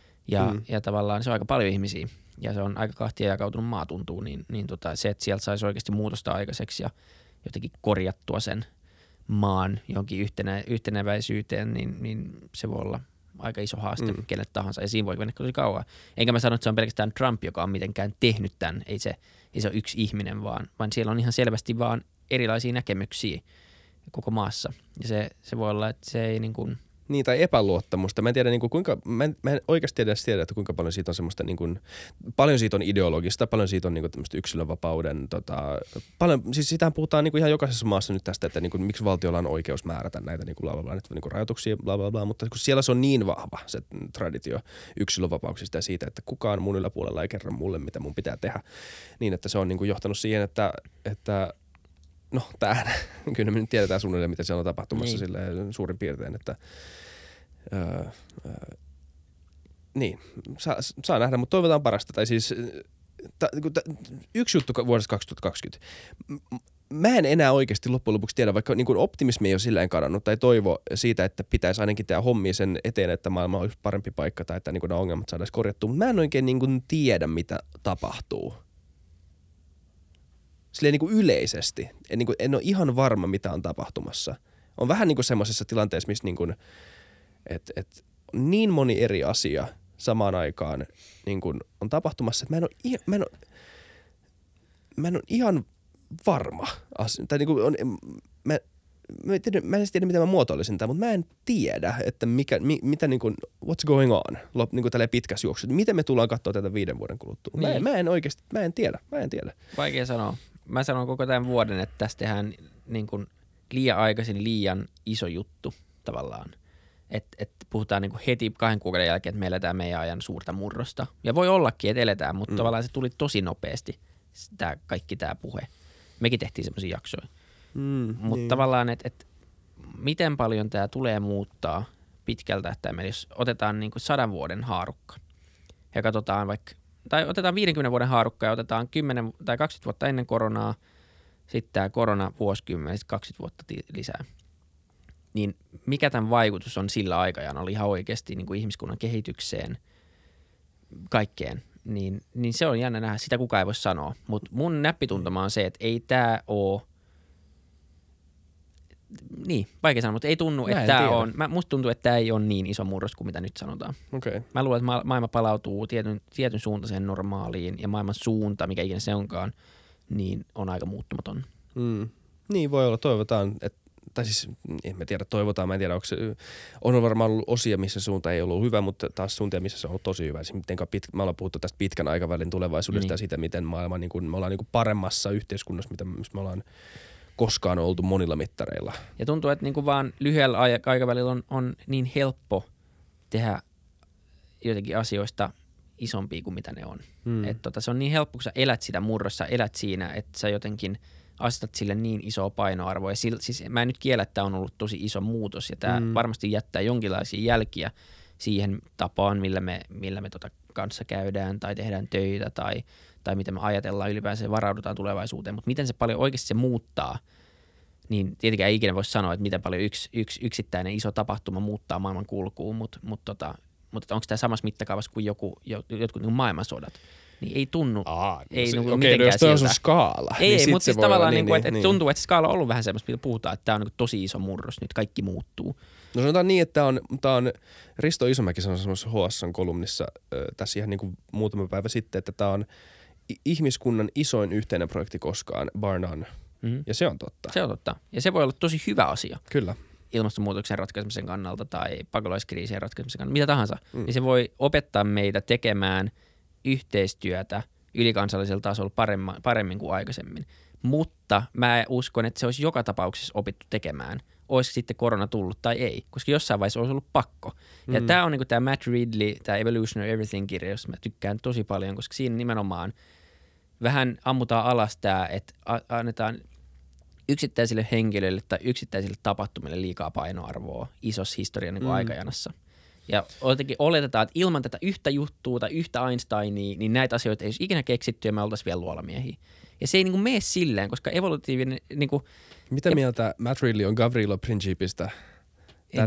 [SPEAKER 1] Ja tavallaan se on aika paljon ihmisiä ja se on aika kahtia jakautunut maa tuntuu, niin se, että sieltä saisi oikeasti muutosta aikaiseksi ja jotenkin korjattua sen maan johonkin yhteneväisyyteen, niin se voi olla aika iso haaste kenelle tahansa ja siinä voi mennä tosi kauan. Enkä mä sano, että se on pelkästään Trump, joka on mitenkään tehnyt tämän, ei se ole yksi ihminen, vaan siellä on ihan selvästi vaan erilaisia näkemyksiä koko maassa. Ja se voi olla, että se ei niin kuin
[SPEAKER 2] niin, tai epäluottamusta. Mä en tiedä, niin kuin, mä en oikeasti tiedä, että kuinka paljon siitä on semmoista, niin kuin, paljon siitä on ideologista, paljon siitä on niin kuin, tämmöistä yksilönvapauden, paljon, siis sitähän puhutaan niin kuin ihan jokaisessa maassa nyt tästä, että niin kuin, miksi valtiolla on oikeus määrätä näitä niin kuin, niin kuin rajoituksia, bla, bla, bla, mutta kun siellä se on niin vahva se traditio yksilönvapauksista ja siitä, että kukaan mun yläpuolella ei kerro mulle, mitä mun pitää tehdä, niin että se on niin kuin, johtanut siihen, että no, kyllä me nyt tiedetään suunnilleen, mitä siellä on tapahtumassa silleen suurin piirtein, että niin, saa nähdä, mutta toivotaan parasta. Tai siis yksi juttu vuodesta 2020. Mä en enää oikeasti loppujen lopuksi tiedä, vaikka niin kuin optimismi ei ole silleen kadonnut tai toivo siitä, että pitäisi ainakin tehdä hommia sen eteen, että maailma olisi parempi paikka tai että niin kuin nämä ongelmat saadaan korjattua, mutta mä en oikein niin kuin tiedä, mitä tapahtuu. Silleen niin kuin yleisesti. En ole ihan varma, mitä on tapahtumassa. On vähän niin kuin semmoisessa tilanteessa, missä niin kuin, et niin moni eri asia samaan aikaan niin kuin on tapahtumassa, että mä en ole ihan varma. Tai niin kuin mä en tiedä, miten mä muotoilisin tämän, mutta mä en tiedä, että mitä niin kuin, what's going on, niin kuin tälleen pitkässä juoksussa. Miten me tullaan katsoa tätä 5 vuoden kuluttua. Niin. Mä en tiedä.
[SPEAKER 1] Vaikea sanoa. Mä sanon koko tämän vuoden, että tästä tehdään niin kuin liian aikaisin liian iso juttu tavallaan. Että puhutaan niin kuin heti 2 kuukauden jälkeen, että me eletään meidän ajan suurta murrosta. Ja voi ollakin, että eletään, mutta tavallaan se tuli tosi nopeasti, kaikki tämä puhe. Mekin tehtiin semmoisia jaksoja. Mutta tavallaan, että miten paljon tämä tulee muuttaa pitkältä tähtäimellä, jos otetaan niin kuin 100 vuoden haarukka ja katsotaan vaikka, tai otetaan 50 vuoden haarukka ja otetaan 10 tai 20 vuotta ennen koronaa, sitten tämä korona vuosikymmen, sitten 20 vuotta lisää. Niin mikä tämän vaikutus on sillä aikajanalla ihan oikeasti niin kuin ihmiskunnan kehitykseen, kaikkeen, niin se on jännä nähdä. Sitä kukaan ei voi sanoa. Mutta mun näppituntuma on se, että ei tämä ole, niin vaikea sanoa, mutta ei tunnu, että tämä on, musta tuntuu, että tämä ei ole niin iso murros kuin mitä nyt sanotaan.
[SPEAKER 2] Okay.
[SPEAKER 1] Mä luulen, että maailma palautuu tietyn suuntaiseen normaaliin ja maailman suunta, mikä ikinä se onkaan, niin on aika muuttumaton.
[SPEAKER 2] Niin voi olla, toivotaan, että tai siis en mä tiedä, toivotaan, mä en tiedä, on varmaan ollut osia, missä suunta ei ollut hyvä, mutta taas suuntia, missä se on ollut tosi hyvä. Me ollaan puhuttu tästä pitkän aikavälin tulevaisuudesta ja siitä, miten maailma, niin kuin, me ollaan niin kuin paremmassa yhteiskunnassa, missä me ollaan koskaan oltu monilla mittareilla. Ja
[SPEAKER 1] tuntuu, että niin kuin vaan lyhyellä aikavälillä on niin helppo tehdä jotenkin asioista isompia kuin mitä ne on. Että se on niin helppo, kun sä elät sitä murrossa, elät siinä, että sä jotenkin asetat sille niin isoa painoarvoa. Siis mä en nyt kiellä, että tämä on ollut tosi iso muutos ja tämä varmasti jättää jonkinlaisia jälkiä siihen tapaan, millä me kanssa käydään tai tehdään töitä tai miten me ajatellaan ylipäänsä ja varaudutaan tulevaisuuteen, mutta miten se paljon oikeasti se muuttaa, niin tietenkään ei ikinä voi sanoa, että miten paljon yksi yksittäinen iso tapahtuma muuttaa maailman kulkuun, mutta onko tämä samassa mittakaavassa kuin jotkut niin maailmansodat, niin ei tunnu mitenkään siltä.
[SPEAKER 2] Jos on skaala.
[SPEAKER 1] Ei,
[SPEAKER 2] niin
[SPEAKER 1] mutta siis tavallaan että
[SPEAKER 2] niin.
[SPEAKER 1] tuntuu, että se skaala on ollut vähän semmoista, mitä puhutaan, että tämä on niin tosi iso murros, nyt kaikki muuttuu.
[SPEAKER 2] No sanotaan niin, että tämä on Risto Isomäki sanoi semmoisessa HS:n kolumnissa tässä ihan niin kuin muutama päivä sitten, että tämä on ihmiskunnan isoin yhteinen projekti koskaan, bar none. Mm-hmm. Ja se on totta.
[SPEAKER 1] Se on totta. Ja se voi olla tosi hyvä asia.
[SPEAKER 2] Kyllä.
[SPEAKER 1] Ilmastonmuutoksen ratkaisemisen kannalta tai pakolaiskriisien ratkaisemisen kannalta, mitä tahansa. Niin se voi opettaa meitä tekemään yhteistyötä ylikansallisella tasolla paremmin kuin aikaisemmin. Mutta mä uskon, että se olisi joka tapauksessa opittu tekemään. Olisiko sitten korona tullut tai ei, koska jossain vaiheessa olisi ollut pakko. Ja tämä on niin kuin tämä Matt Ridley, tämä Evolution of Everything-kirja, josta mä tykkään tosi paljon, koska siinä nimenomaan vähän ammutaan alas tämä, että annetaan yksittäisille henkilöille tai yksittäisille tapahtumille liikaa painoarvoa isossa historian niin kuin aikajanassa. Ja jotenkin oletetaan, että ilman tätä yhtä juttua tai yhtä Einsteinia, niin näitä asioita ei olisi ikinä keksitty ja me oltaisiin vielä luolamiehiä. Ja se ei niin kuin mene silleen, koska evolutiivinen niin kuin,
[SPEAKER 2] mitä mieltä Matt Ridley on Gavrilo Principistä? Tämä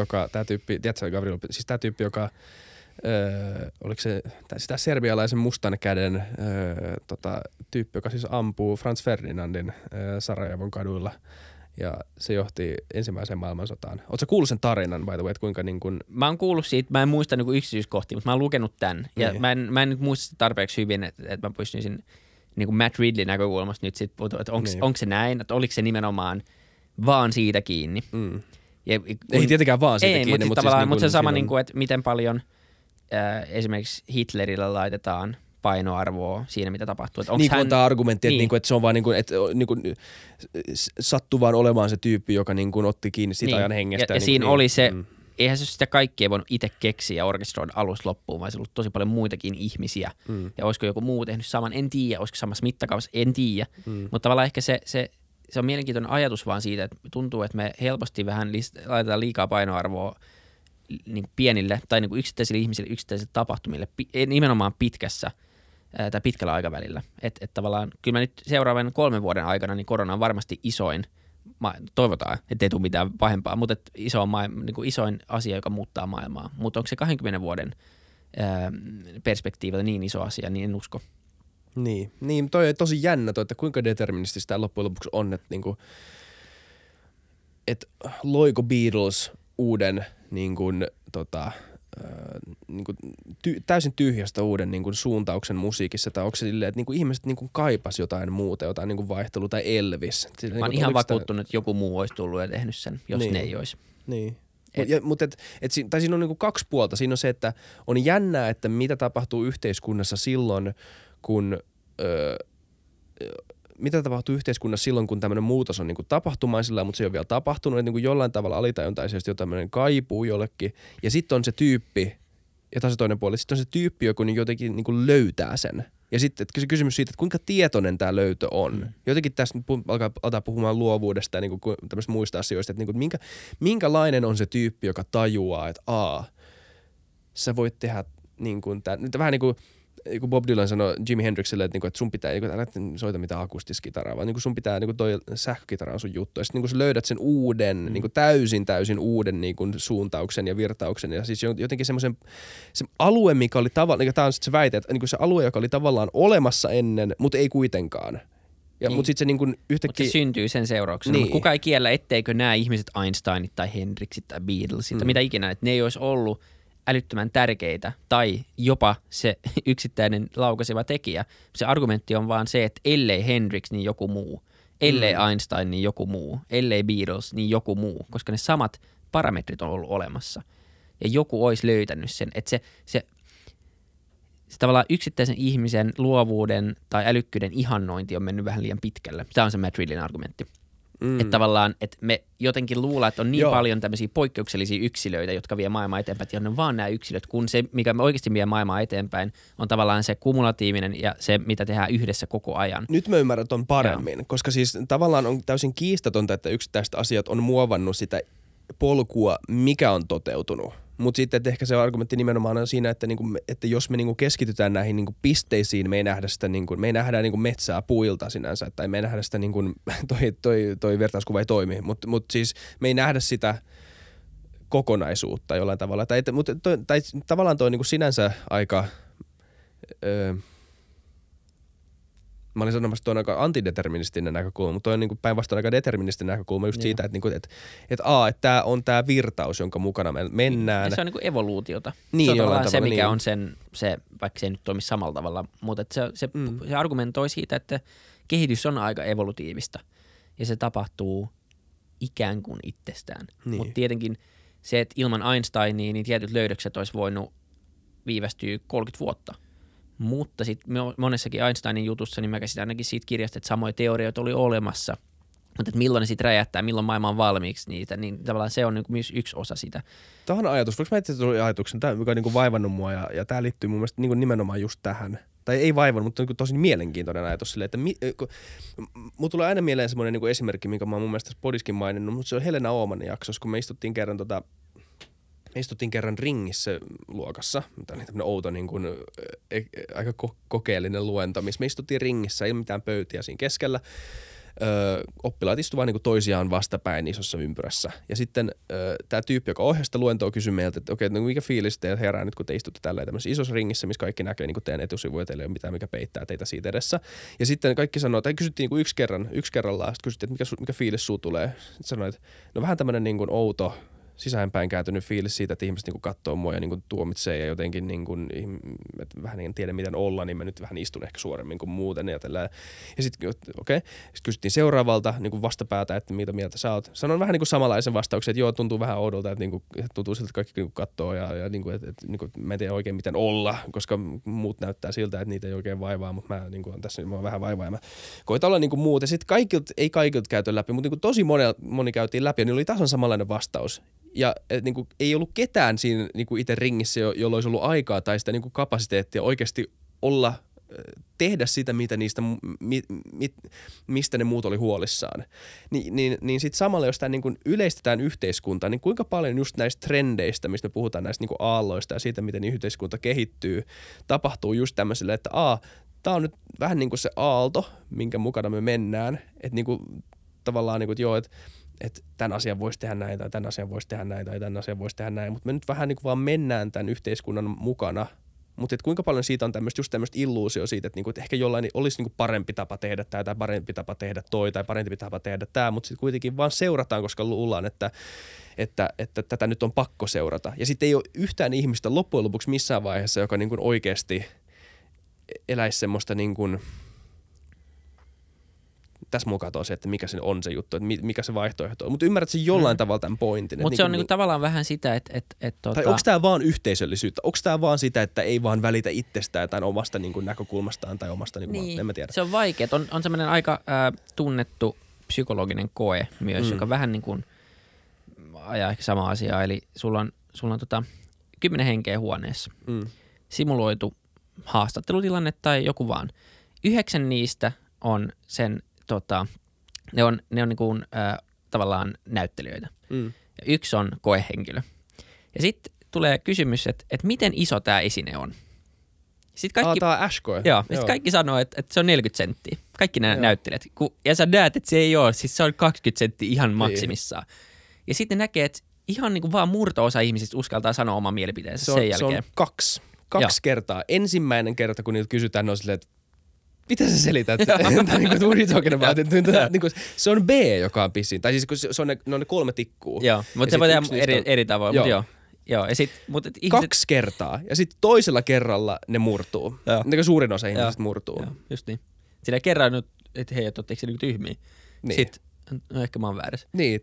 [SPEAKER 2] tyyppi, joka oliko se sitä serbialaisen mustan käden tyyppi, joka siis ampuu Franz Ferdinandin Sarajevon kaduilla ja se johti ensimmäiseen maailmansotaan. Ootko kuullut sen tarinan, by the way, että kuinka niin kuin...
[SPEAKER 1] Mä oon kuullut siitä, mä en muista niin kuin yksityiskohtia, mutta mä oon lukenut tämän ja niin. Mä en nyt muista sitä tarpeeksi hyvin, että mä pystyisin niin kuin Matt Ridley näkökulmasta nyt sitten puhua, että onko se näin, että oliko se nimenomaan vaan siitä kiinni. Ja,
[SPEAKER 2] ei tietenkään vaan siitä kiinni,
[SPEAKER 1] mutta siis mutta se sama, niin kuin, että miten paljon esimerkiksi Hitlerillä laitetaan painoarvoa siinä, mitä tapahtuu. Että
[SPEAKER 2] niin kuin tämä argumentti, että, että se on vaan että sattuu vaan olemaan se tyyppi, joka otti kiinni siitä ajan hengestä.
[SPEAKER 1] Ja siinä oli se, eihän se sitä kaikkea voinut itse keksiä ja orkestroida alusta loppuun, vaan se on ollut tosi paljon muitakin ihmisiä. Ja olisiko joku muu tehnyt saman, en tiedä, olisiko samassa mittakaavassa, en tiedä. Mutta tavallaan ehkä se on mielenkiintoinen ajatus vaan siitä, että tuntuu, että me helposti vähän laitetaan liikaa painoarvoa niin kuin pienille tai niin kuin yksittäisille ihmisille, yksittäisille tapahtumille, nimenomaan pitkällä aikavälillä. Että tavallaan kyllä mä nyt seuraavan 3 vuoden aikana niin korona on varmasti isoin, toivotaan, ettei tule mitään pahempaa, mutta niin kuin isoin asia, joka muuttaa maailmaa. Mutta onko se 20 vuoden perspektiivillä niin iso asia, niin en usko.
[SPEAKER 2] Niin toi on tosi jännä toi, että kuinka deterministista tämä loppujen lopuksi on, että niinku, et loiko Beatles uuden täysin tyhjästä uuden suuntauksen musiikissa, tai onko se silleen, että ihmiset kaipas jotain muuta, jotain vaihtelua, tai Elvis.
[SPEAKER 1] Mä oon ihan vakuuttunut, että joku muu olisi tullut ja tehnyt sen, jos ne ei olisi.
[SPEAKER 2] Niin. Mutta siinä on 2 puolta. Siinä on se, että on jännää, että mitä tapahtuu yhteiskunnassa silloin, kun kun tämmöinen muutos on tapahtumaisilla, mutta se ei ole vielä tapahtunut, että jollain tavalla alitajuntaisesti jo tämmöinen kaipuu jollekin. Ja sitten on se tyyppi, ja taas se toinen puoli, sitten on se tyyppi, joka jotenkin löytää sen. Ja sitten se kysymys siitä, että kuinka tietoinen tämä löytö on. Jotenkin tässä alkaa puhumaan luovuudesta ja tämmöistä muista asioista, että minkälainen on se tyyppi, joka tajuaa, että sä voit tehdä nyt vähän niin kuin Bob Dylan sanoi Jimi Hendrixille, että sun pitää, älä soita mitään akustiskitaraa, vaan sun pitää, toi sähkökitara on sun juttu. Ja sitten sä löydät sen uuden, täysin uuden suuntauksen ja virtauksen. Ja siis jotenkin se alue, mikä oli tavallaan, tämä on sitten se väite, että se alue, joka oli tavallaan olemassa ennen, mutta ei kuitenkaan. Mutta sitten se yhtäkkiä...
[SPEAKER 1] Mutta se syntyy sen seurauksena. Mutta kuka ei kiellä, etteikö nämä ihmiset Einsteinit tai Hendrixit tai Beatlesit tai mitä ikinä, että ne ei olisi ollut älyttömän tärkeitä tai jopa se yksittäinen laukaiseva tekijä. Se argumentti on vaan se, että ellei Hendrix, niin joku muu. Ellei Einstein, niin joku muu. Ellei Beatles, niin joku muu. Koska ne samat parametrit on ollut olemassa. Ja joku olisi löytänyt sen. Että se tavallaan yksittäisen ihmisen luovuuden tai älykkyyden ihannointi on mennyt vähän liian pitkälle. Tämä on se Matt Ridleyn argumentti. Että tavallaan, että me jotenkin luullaan, että on niin paljon tämmöisiä poikkeuksellisia yksilöitä, jotka vie maailmaa eteenpäin, että on vaan nämä yksilöt, kun se, mikä me oikeasti vie maailmaa eteenpäin, on tavallaan se kumulatiivinen ja se, mitä tehdään yhdessä koko ajan.
[SPEAKER 2] Nyt mä ymmärrän ton paremmin, koska siis tavallaan on täysin kiistatonta, että yksittäiset asiat on muovannut sitä polkua, mikä on toteutunut. Mutta sitten että ehkä se argumentti nimenomaan on siinä, että, niinku, että jos me niinku keskitytään näihin niinku pisteisiin, me ei nähdä sitä, niinku, me ei nähdä niinku metsää puilta sinänsä, tai me ei nähdä sitä, niinku, toi vertauskuva ei toimi, mutta siis me ei nähdä sitä kokonaisuutta jollain tavalla. Tai tavallaan toi niinku sinänsä aika... Mä olin sanomassa, että tuo on aika antideterministinen näkökulma, mutta toi on niin päinvastoin aika deterministinen näkökulma just siitä, että tämä on tämä virtaus, jonka mukana me mennään.
[SPEAKER 1] Ja se on niin kuin evoluutiota.
[SPEAKER 2] Niin,
[SPEAKER 1] se on tavallaan se, mikä
[SPEAKER 2] niin.
[SPEAKER 1] on se, vaikka se ei nyt toimi samalla tavalla, mutta se argumentoi siitä, että kehitys on aika evolutiivista ja se tapahtuu ikään kuin itsestään.
[SPEAKER 2] Niin.
[SPEAKER 1] Mutta tietenkin se, että ilman Einsteinia niin tietyt löydökset olisi voinut viivästyä 30 vuotta. Mutta sitten monessakin Einsteinin jutussa, niin mä käsitän ainakin siitä kirjasta, että samoja teorioita oli olemassa. Mutta että milloin ne sitten räjähtää, milloin maailma on valmiiksi niitä, niin tavallaan se on niinku myös yksi osa sitä.
[SPEAKER 2] Tämä on ajatus. Voinko mä itse asiassa ajatuksen, mikä on niinku vaivannut mua ja tämä liittyy mun mielestä niinku nimenomaan just tähän. Tai ei vaivannut, mutta niinku tosi mielenkiintoinen ajatus silleen, että mulla tulee aina mieleen semmoinen niinku esimerkki, minkä mä oon mun mielestä tässä podiskin maininnut, mutta se on Helena Oomanin jaksossa, kun me istuttiin kerran ringissä luokassa, tämä oli tämmöinen outo niin kuin, aika kokeellinen luento, missä me istuttiin ringissä ilman mitään pöytiä siinä keskellä. Oppilaat istuvat niin kuin toisiaan vastapäin isossa ympyrässä. Ja sitten tämä tyyppi, joka ohjasi sitä luentoa, kysyi meiltä, että okei, no mikä fiilis teillä herää nyt, kun te istutte tälleen tämmöisessä isossa ringissä, missä kaikki näkee niin kuin teidän etusivuja, teillä ei ole mitään, mikä peittää teitä siitä edessä. Ja sitten kaikki sanoo, tai kysyttiin niin kuin yksi kerrallaan, sitten kysyttiin, että mikä fiilis suu tulee. Sitten sanoi, että no vähän tämmöinen niin kuin outo, sisäänpäin kääntynyt fiilis siitä, että ihmiset niinku katsoo mua ja niinku tuomitsee ja jotenkin niinku, että vähän en tiedä miten olla, niin mä nyt vähän istun ehkä suoremmin kuin muuten. Ja sitten Sitten kysyttiin seuraavalta niinku vastapäätä, että mitä mieltä sä oot. Sanoin vähän niinku samanlaisen vastauksen, että joo, tuntuu vähän oudolta, että niinku, tuntuu siltä, että kaikki niinku katsoo ja niinku, että niinku, mä en tiedä oikein miten olla, koska muut näyttää siltä, että niitä ei oikein vaivaa, mutta mä niinku, tässä mä vähän vaivaa ja mä koitan olla niinku muut. Ja sitten ei kaikilta käyty läpi, mutta niinku tosi moni käytiin läpi ja niillä oli tasan samanlainen vastaus. Ja niinku, ei ollut ketään siinä niinku itse ringissä, jolla olisi ollut aikaa tai sitä niinku kapasiteettia oikeasti tehdä sitä, mitä mistä ne muut oli huolissaan. Niin sitten samalla, jos tämä niinku yleistetään yhteiskuntaan, niin kuinka paljon just näistä trendeistä, mistä me puhutaan näistä niinku aalloista ja siitä, miten yhteiskunta kehittyy, tapahtuu just tämmöiselle, että tämä on nyt vähän niin kuin se aalto, minkä mukana me mennään. Että niinku, tavallaan, niinku, että joo, että tämän asian voisi tehdä näin, tai tämän asian voisi tehdä näin, tai tämän asian voisi tehdä näin, mutta me nyt vähän niin kuin vaan mennään tämän yhteiskunnan mukana. Mutta kuinka paljon siitä on just tämmöistä illuusio siitä, että, niinku, että ehkä jollain olisi niinku parempi tapa tehdä tämä, tai parempi tapa tehdä toi, tai parempi tapa tehdä tämä, mutta sitten kuitenkin vaan seurataan, koska luullaan, että tätä nyt on pakko seurata. Ja sitten ei ole yhtään ihmistä loppujen lopuksi missään vaiheessa, joka niinku oikeasti eläisi semmoista niin kuin tässä mukaan katsoa se, että mikä se on se juttu, että mikä se vaihtoehto on. Mutta ymmärrät sen jollain tavalla tämän pointin.
[SPEAKER 1] Mutta se on niinku tavallaan vähän sitä, että
[SPEAKER 2] tai onko tämä vaan yhteisöllisyyttä? Onko tämä vaan sitä, että ei vaan välitä itsestään tai omasta niinku näkökulmastaan tai omasta, niin. En mä tiedä.
[SPEAKER 1] Se on vaikea. On semmoinen aika tunnettu psykologinen koe myös, joka vähän niin kuin ajaa ehkä samaa asiaa. Eli sulla on 10 henkeä huoneessa. Simuloitu haastattelutilanne tai joku vaan. 9 niistä on sen ne on niin kuin, tavallaan näyttelijöitä. Ja 1 on koehenkilö. Ja sitten tulee kysymys, että miten iso tämä esine on. Sitten kaikki,
[SPEAKER 2] tämä on Ash-koe.
[SPEAKER 1] Joo. Sitten kaikki sanoo, että se on 40 senttiä. Kaikki nämä näyttelijät. Ja sä näet, että se ei ole. Siis se on 20 senttiä ihan maksimissaan. Ja sitten näkee, että ihan niin kuin vaan murto-osa ihmisistä uskaltaa sanoa oman mielipiteensä sen jälkeen.
[SPEAKER 2] Se on kaksi kertaa. Ensimmäinen kerta, kun niiltä kysytään, on silleen, että mitä sä selität? Se on B, joka on pissin. Tai siis se on ne 3 tikkuu.
[SPEAKER 1] Joo, mutta se voi tehdä eri tavoin. Joo. Ja ihmiset
[SPEAKER 2] 2 kertaa. Ja sitten toisella kerralla ne murtuu. Niin suurin osa ihmisistä murtuu.
[SPEAKER 1] Joo, just niin. Sillä kerran nyt, että hei, ootteko se tyhmiä? Niin. Sitten, no ehkä mä oon väärässä.
[SPEAKER 2] Niin,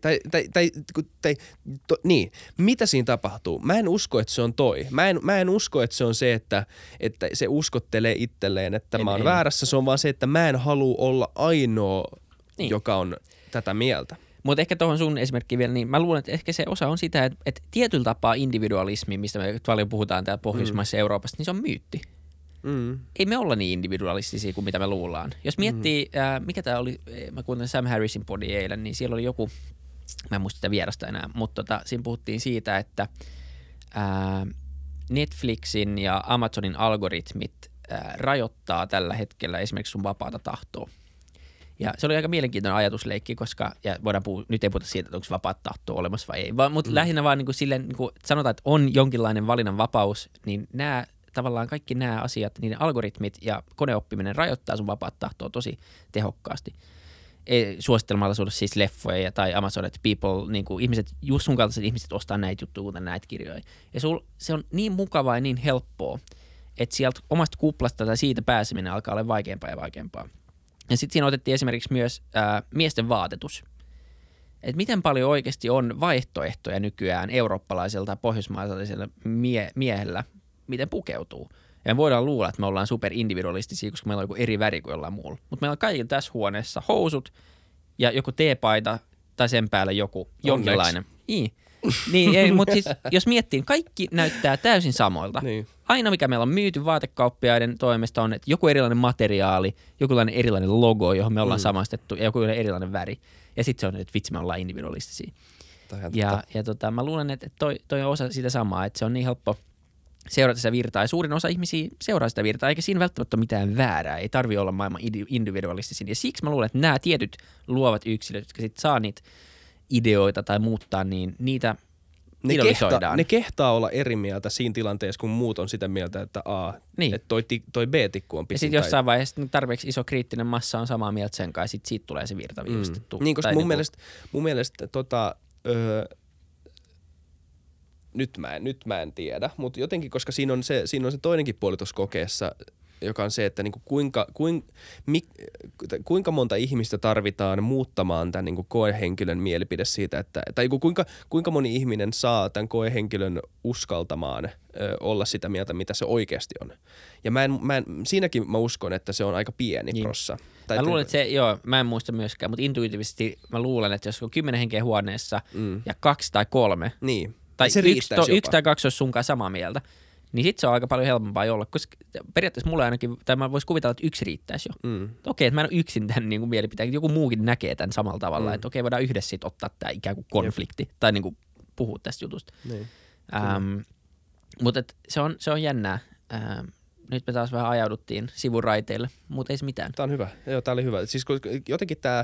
[SPEAKER 2] niin. Mitä siinä tapahtuu? Mä en usko, että se on toi. Mä en usko, että se on se, että se uskottelee itselleen, että mä oon väärässä. Se on vaan se, että mä en halua olla ainoa, joka on tätä mieltä.
[SPEAKER 1] Mutta ehkä tuohon sun esimerkkiin vielä, niin mä luulen, että ehkä se osa on sitä, että tietyllä tapaa individualismi, mistä me paljon puhutaan täällä Pohjoismaissa ja Euroopassa, niin se on myytti. Ei me olla niin individualistisia kuin mitä me luullaan. Jos miettii, mikä tämä oli, mä kuuntelin Sam Harrisin podin eilen, niin siellä oli joku, mä en muista sitä vierasta enää, mutta siinä puhuttiin siitä, että Netflixin ja Amazonin algoritmit rajoittaa tällä hetkellä esimerkiksi sun vapaata tahtoa. Ja se oli aika mielenkiintoinen ajatusleikki, koska, ja voidaan nyt ei puhuta siitä, että onko vapaata tahtoa olemassa vai ei, mutta lähinnä vaan niin kuin silleen, niin kuin sanotaan, että on jonkinlainen valinnan vapaus, niin tavallaan kaikki nämä asiat, niiden algoritmit ja koneoppiminen rajoittaa sun vapaata tahtoa tosi tehokkaasti. Suosittelemalla sulle siis leffoja tai Amazon, että people, niin kuin ihmiset, just sun kaltaiset ihmiset ostaa näitä juttuja, kuten näitä kirjoja. Ja se on niin mukavaa ja niin helppoa, että sieltä omasta kuplasta tai siitä pääseminen alkaa olla vaikeampaa ja vaikeampaa. Ja sitten siinä otettiin esimerkiksi myös miesten vaatetus. Että miten paljon oikeasti on vaihtoehtoja nykyään eurooppalaisella tai pohjoismaisella miehellä, miten pukeutuu. Ja me voidaan luulla, että me ollaan superindividualistisia, koska meillä on joku eri väri kuin jollain muulla. Mutta meillä on kaikilla tässä huoneessa housut ja joku teepaita tai sen päällä joku jonkinlainen. Niin, mutta siis, jos miettii, kaikki näyttää täysin samoilta.
[SPEAKER 2] Niin.
[SPEAKER 1] Aina mikä meillä on myyty vaatekauppiaiden toimesta on, että joku erilainen materiaali, joku erilainen logo, johon me ollaan samastettu ja joku erilainen väri. Ja sitten se on, että vitsi me ollaan individualistisia. Ja mä luulen, että toi on osa sitä samaa, että se on niin helppo seurata sitä virtaa. Ja suurin osa ihmisiä seuraa sitä virtaa, eikä siinä välttämättä ole mitään väärää. Ei tarvitse olla maailman individualistisin. Ja siksi mä luulen, että nämä tietyt luovat yksilöt, jotka sitten saa niitä ideoita tai muuttaa, niin niitä idolisoidaan.
[SPEAKER 2] Ne kehtaa olla eri mieltä siinä tilanteessa, kun muut on sitä mieltä, että
[SPEAKER 1] niin.
[SPEAKER 2] että toi B-tikku on pisin.
[SPEAKER 1] Ja sitten jossain vaiheessa tarpeeksi iso kriittinen massa on samaa mieltä sen kanssa, ja sitten siitä tulee se virtaviivastettu.
[SPEAKER 2] Niin, koska mun mielestä nyt mä en tiedä, mutta jotenkin, koska siinä on se toinenkin puoli tuossa kokeessa, joka on se, että niinku kuinka monta ihmistä tarvitaan muuttamaan tämän niinku koehenkilön mielipide siitä, tai kuinka moni ihminen saa tämän koehenkilön uskaltamaan olla sitä mieltä, mitä se oikeasti on. Ja siinäkin mä uskon, että se on aika pieni prossa.
[SPEAKER 1] Mä luulen, että mä en muista myöskään, mutta intuitiivisesti mä luulen, että jos on 10 henkeä huoneessa ja 2 tai 3,
[SPEAKER 2] niin.
[SPEAKER 1] tai yksi tai 2 olisi sunkaan samaa mieltä, niin sitten se on aika paljon helpompaa olla, koska periaatteessa mulle ainakin, tai mä vois kuvitella, että yksi riittäisi jo. Okei, että mä en ole yksin tämän niin kuin mielipiteen, joku muukin näkee tämän samalla tavalla, että okei, voidaan yhdessä sit ottaa tämä ikään kuin konflikti, tai niin kuin puhua tästä jutusta.
[SPEAKER 2] Niin.
[SPEAKER 1] Mutta se on jännää. Nyt me taas vähän ajauduttiin sivuraiteille, mutta ei se mitään.
[SPEAKER 2] Tämä on hyvä. Joo, tämä oli hyvä. Siis jotenkin tämä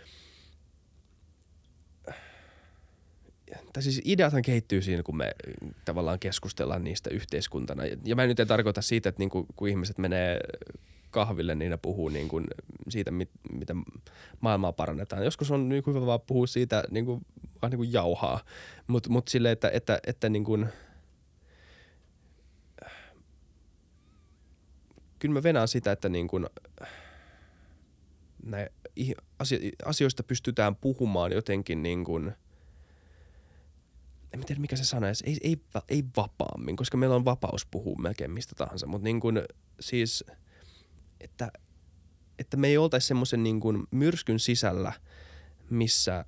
[SPEAKER 2] siis ideathan kehittyy siinä, kun me tavallaan keskustellaan niistä yhteiskuntana. Ja mä nyt en tarkoita siitä, että niinku, kun ihmiset menee kahville, niin ne puhuu niinku siitä, miten maailmaa parannetaan. Joskus on niinku hyvä vaan puhua siitä niinku, vaan niinku jauhaa. Mut silleen, että niinku, kyllä mä venään sitä, että niinku, asioista pystytään puhumaan jotenkin niinku, en tiedä mikä se sana ei vapaammin, koska meillä on vapaus puhua melkein mistä tahansa, mutta niin kuin siis, että me ei oltaisi semmoisen niin kuin myrskyn sisällä, missä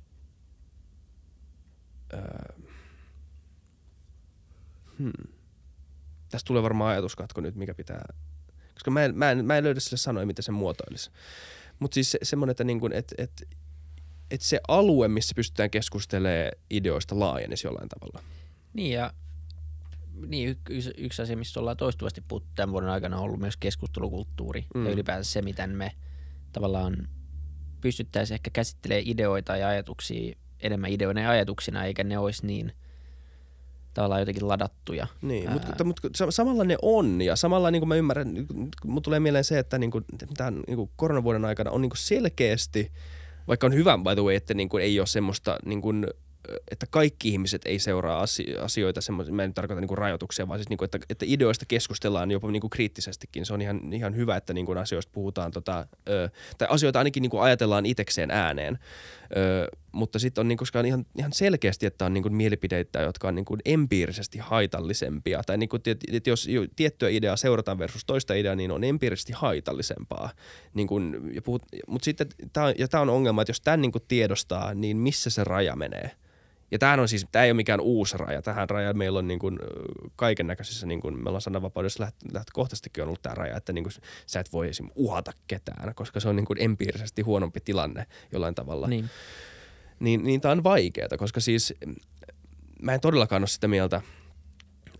[SPEAKER 2] tästä tulee varmaan ajatuskatko nyt, mikä pitää, koska mä en löydä sille sanoja, miten se muotoilisi. Mutta siis semmoinen, että niin kuin, että se alue, missä pystytään keskustelemaan ideoista laajenisi jollain tavalla.
[SPEAKER 1] Niin ja yksi asia, mistä ollaan toistuvasti puhuttu tämän vuoden aikana, on ollut myös keskustelukulttuuri ja ylipäänsä se, miten me tavallaan pystyttäisiin ehkä käsittelemään ideoita ja ajatuksia enemmän ideoina ja ajatuksina, eikä ne olisi niin tavallaan jotenkin ladattuja.
[SPEAKER 2] Niin, mutta samalla ne on ja samalla niin kuin mä ymmärrän, mun tulee mieleen se, että niin kuin, tämän niin kuin koronavuoden aikana on niin kuin selkeästi, vaikka on hyvä, by the way, että niin kuin ei ole semmoista, niin kuin, että kaikki ihmiset ei seuraa asioita, mä en tarkoita niin kuin rajoituksia, vaan siis niin kuin, että ideoista keskustellaan jopa niin kuin kriittisestikin. Se on ihan hyvä, että niin kuin asioista puhutaan, tai asioita ainakin niin kuin ajatellaan itsekseen ääneen. Mutta sitten on, niin koska on ihan selkeästi, että on niin kuin mielipideitä, jotka on niin kuin empiirisesti haitallisempia. Tai niin kuin, että jos tiettyä ideaa seurataan versus toista ideaa, niin on empiirisesti haitallisempaa. Niin kuin, mutta sitten tämä on ongelma, että jos tämän niin kuin tiedostaa, niin missä se raja menee? Ja tämä ei ole mikään uusi raja. Tähän raja meillä on niin kuin kaiken näköisissä, niin kuin me ollaan sananvapaudessa lähtökohtaisestikin on ollut tämä raja, että niin kuin sä et voi esimerkiksi uhata ketään, koska se on niin kuin empiirisesti huonompi tilanne jollain tavalla. Niin tämä on vaikeaa, koska siis mä en todellakaan ole sitä mieltä,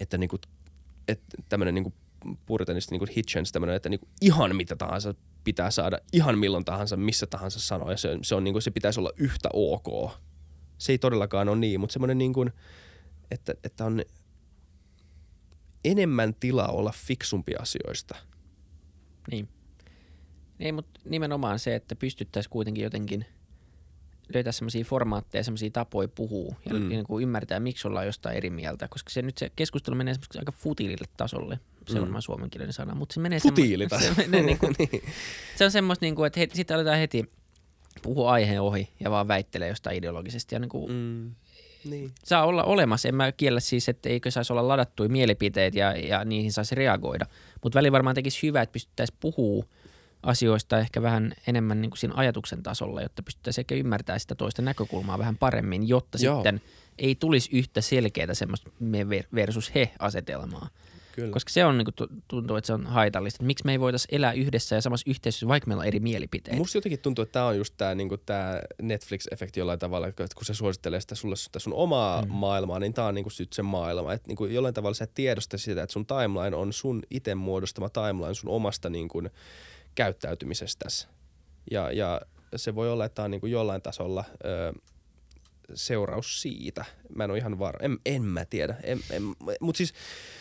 [SPEAKER 2] että niinku, tämmönen niinku puritanista niinku Hitchens tämmönen, että niinku ihan mitä tahansa pitää saada ihan milloin tahansa, missä tahansa sanoa. Ja se on niinku, se pitäisi olla yhtä ok. Se ei todellakaan ole niin, mutta semmoinen niinku, että on enemmän tilaa olla fiksumpi asioista.
[SPEAKER 1] Niin. Ei, mutta nimenomaan se, että pystyttäisiin kuitenkin jotenkin löytää semmoisia formaatteja, semmoisia tapoja puhua ja niin kuin ymmärtää, miksi ollaan jostain eri mieltä, koska se keskustelu menee semmoisesti aika futiilille tasolle. Se on varmaan suomenkielinen sana, mutta se menee se on semmoista, niin kuin, että sitten aletaan heti puhua aiheen ohi ja vaan väittelee jostain ideologisesti. Ja niin kuin,
[SPEAKER 2] niin.
[SPEAKER 1] Saa olla olemassa. En mä kiellä siis, että eikö saisi olla ladattuja mielipiteet ja niihin saisi reagoida. Mutta väliin varmaan tekisi hyvä, että pystyttäisiin puhua asioista ehkä vähän enemmän niin kuin siinä ajatuksen tasolla, jotta pystyttäisiin ehkä ymmärtämään sitä toista näkökulmaa vähän paremmin, jotta sitten ei tulisi yhtä selkeää semmoista me versus he-asetelmaa.
[SPEAKER 2] Kyllä.
[SPEAKER 1] Koska se on, niin kuin, tuntuu, että se on haitallista. Että miksi me ei voitaisi elää yhdessä ja samassa yhteisössä, vaikka meillä on eri mielipiteitä?
[SPEAKER 2] Musta jotenkin tuntuu, että tämä on just tämä niinku Netflix-efekti jollain tavalla, että kun se suosittelee sitä sulle sitä sun omaa maailmaa, niin tämä on niinku se maailma. Että niinku jollain tavalla sä tiedostat sitä, että sun timeline on sun itse muodostama timeline sun omasta niinku käyttäytymisestäsi. Ja se voi olla, että tämä on niinku jollain tasolla seuraus siitä. Mä en ole ihan varma. En mä tiedä. Mutta siis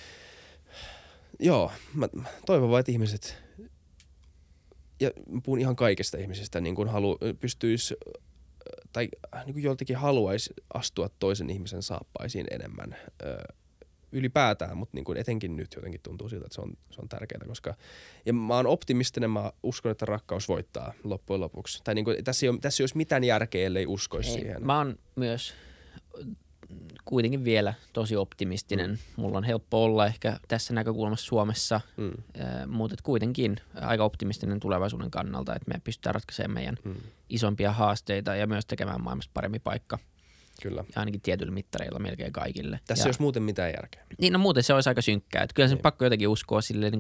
[SPEAKER 2] joo, mä toivon vaan, että ihmiset, ja puhun ihan kaikista ihmisistä, niin kuin pystyisi, tai niin kuin joltakin haluaisi astua toisen ihmisen saappaisiin enemmän ylipäätään, mutta niin kuin etenkin nyt jotenkin tuntuu siltä, että se on tärkeää, koska ja mä oon optimistinen, mä uskon, että rakkaus voittaa loppujen lopuksi. Tai niin kuin, tässä ei olisi mitään järkeä, ellei uskoisi siihen.
[SPEAKER 1] Mä oon myös kuitenkin vielä tosi optimistinen. Mulla on helppo olla ehkä tässä näkökulmassa Suomessa, mutta kuitenkin aika optimistinen tulevaisuuden kannalta, että me pystytään ratkaisemaan meidän isompia haasteita ja myös tekemään maailmasta parempi paikka.
[SPEAKER 2] Kyllä.
[SPEAKER 1] Ja ainakin tietyillä mittareilla melkein kaikille.
[SPEAKER 2] Tässä ei olisi muuten mitään järkeä.
[SPEAKER 1] Niin, no muuten se olisi aika synkkää. Että kyllä se pakko jotenkin uskoa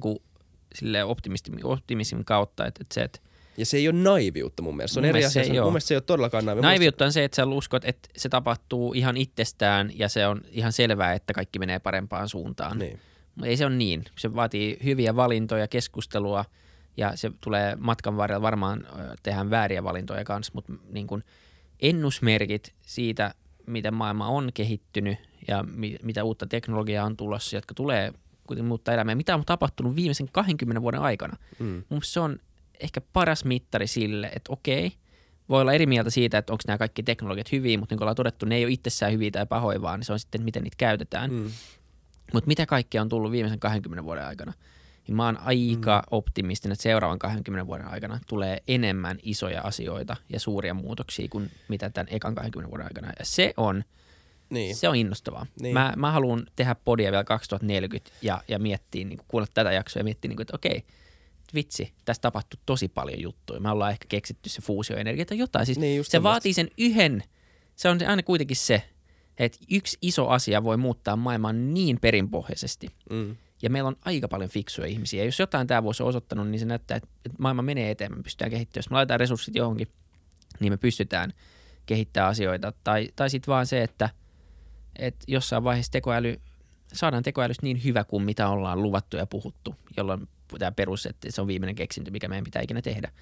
[SPEAKER 1] sille optimismin kautta, että se, että
[SPEAKER 2] ja se ei ole naiviutta mun mielestä. Se on eri asia. Mun mielestä se ei ole todellakaan naiviutta.
[SPEAKER 1] Naiviutta on se, että sä uskot, että se tapahtuu ihan itsestään ja se on ihan selvää, että kaikki menee parempaan suuntaan.
[SPEAKER 2] Niin.
[SPEAKER 1] Mutta ei se ole niin. Se vaatii hyviä valintoja, keskustelua ja se tulee matkan varrella varmaan tehdään vääriä valintoja kanssa, mutta niin kuin ennusmerkit siitä, miten maailma on kehittynyt ja mitä uutta teknologiaa on tulossa, jotka tulee kuitenkin muuttaa elämää. Mitä on tapahtunut viimeisen 20 vuoden aikana? Mun se on ehkä paras mittari sille, että okei, voi olla eri mieltä siitä, että onko nämä kaikki teknologiat hyviä, mutta niin kuin ollaan todettu, ne ei ole itsessään hyviä tai pahoja, vaan se on sitten, miten niitä käytetään. Mutta mitä kaikkea on tullut viimeisen 20 vuoden aikana? Niin mä oon aika optimistinen, että seuraavan 20 vuoden aikana tulee enemmän isoja asioita ja suuria muutoksia kuin mitä tämän ekan 20 vuoden aikana. Ja se on innostavaa. Niin. Mä haluan tehdä podia vielä 2040 ja miettiä, niin kuulla tätä jaksoa ja miettiä, että okei, vitsi, tässä tapahtuu tosi paljon juttuja. Me ollaan ehkä keksitty se fuusioenergia tai jotain. Siis niin se vaatii sen yhden, se on aina kuitenkin se, että yksi iso asia voi muuttaa maailmaa niin perinpohjaisesti. Ja meillä on aika paljon fiksuja ihmisiä. Ja jos jotain tämä vuosi on osoittanut, niin se näyttää, että maailma menee eteenpäin. Me pystytään kehittämään. Jos me laitetaan resurssit johonkin, niin me pystytään kehittämään asioita. Tai sitten vaan se, että jossain vaiheessa saadaan tekoälystä niin hyvä kuin mitä ollaan luvattu ja puhuttu, jolloin tämä perus, että se on viimeinen keksintö, mikä meidän pitää ikinä tehdä.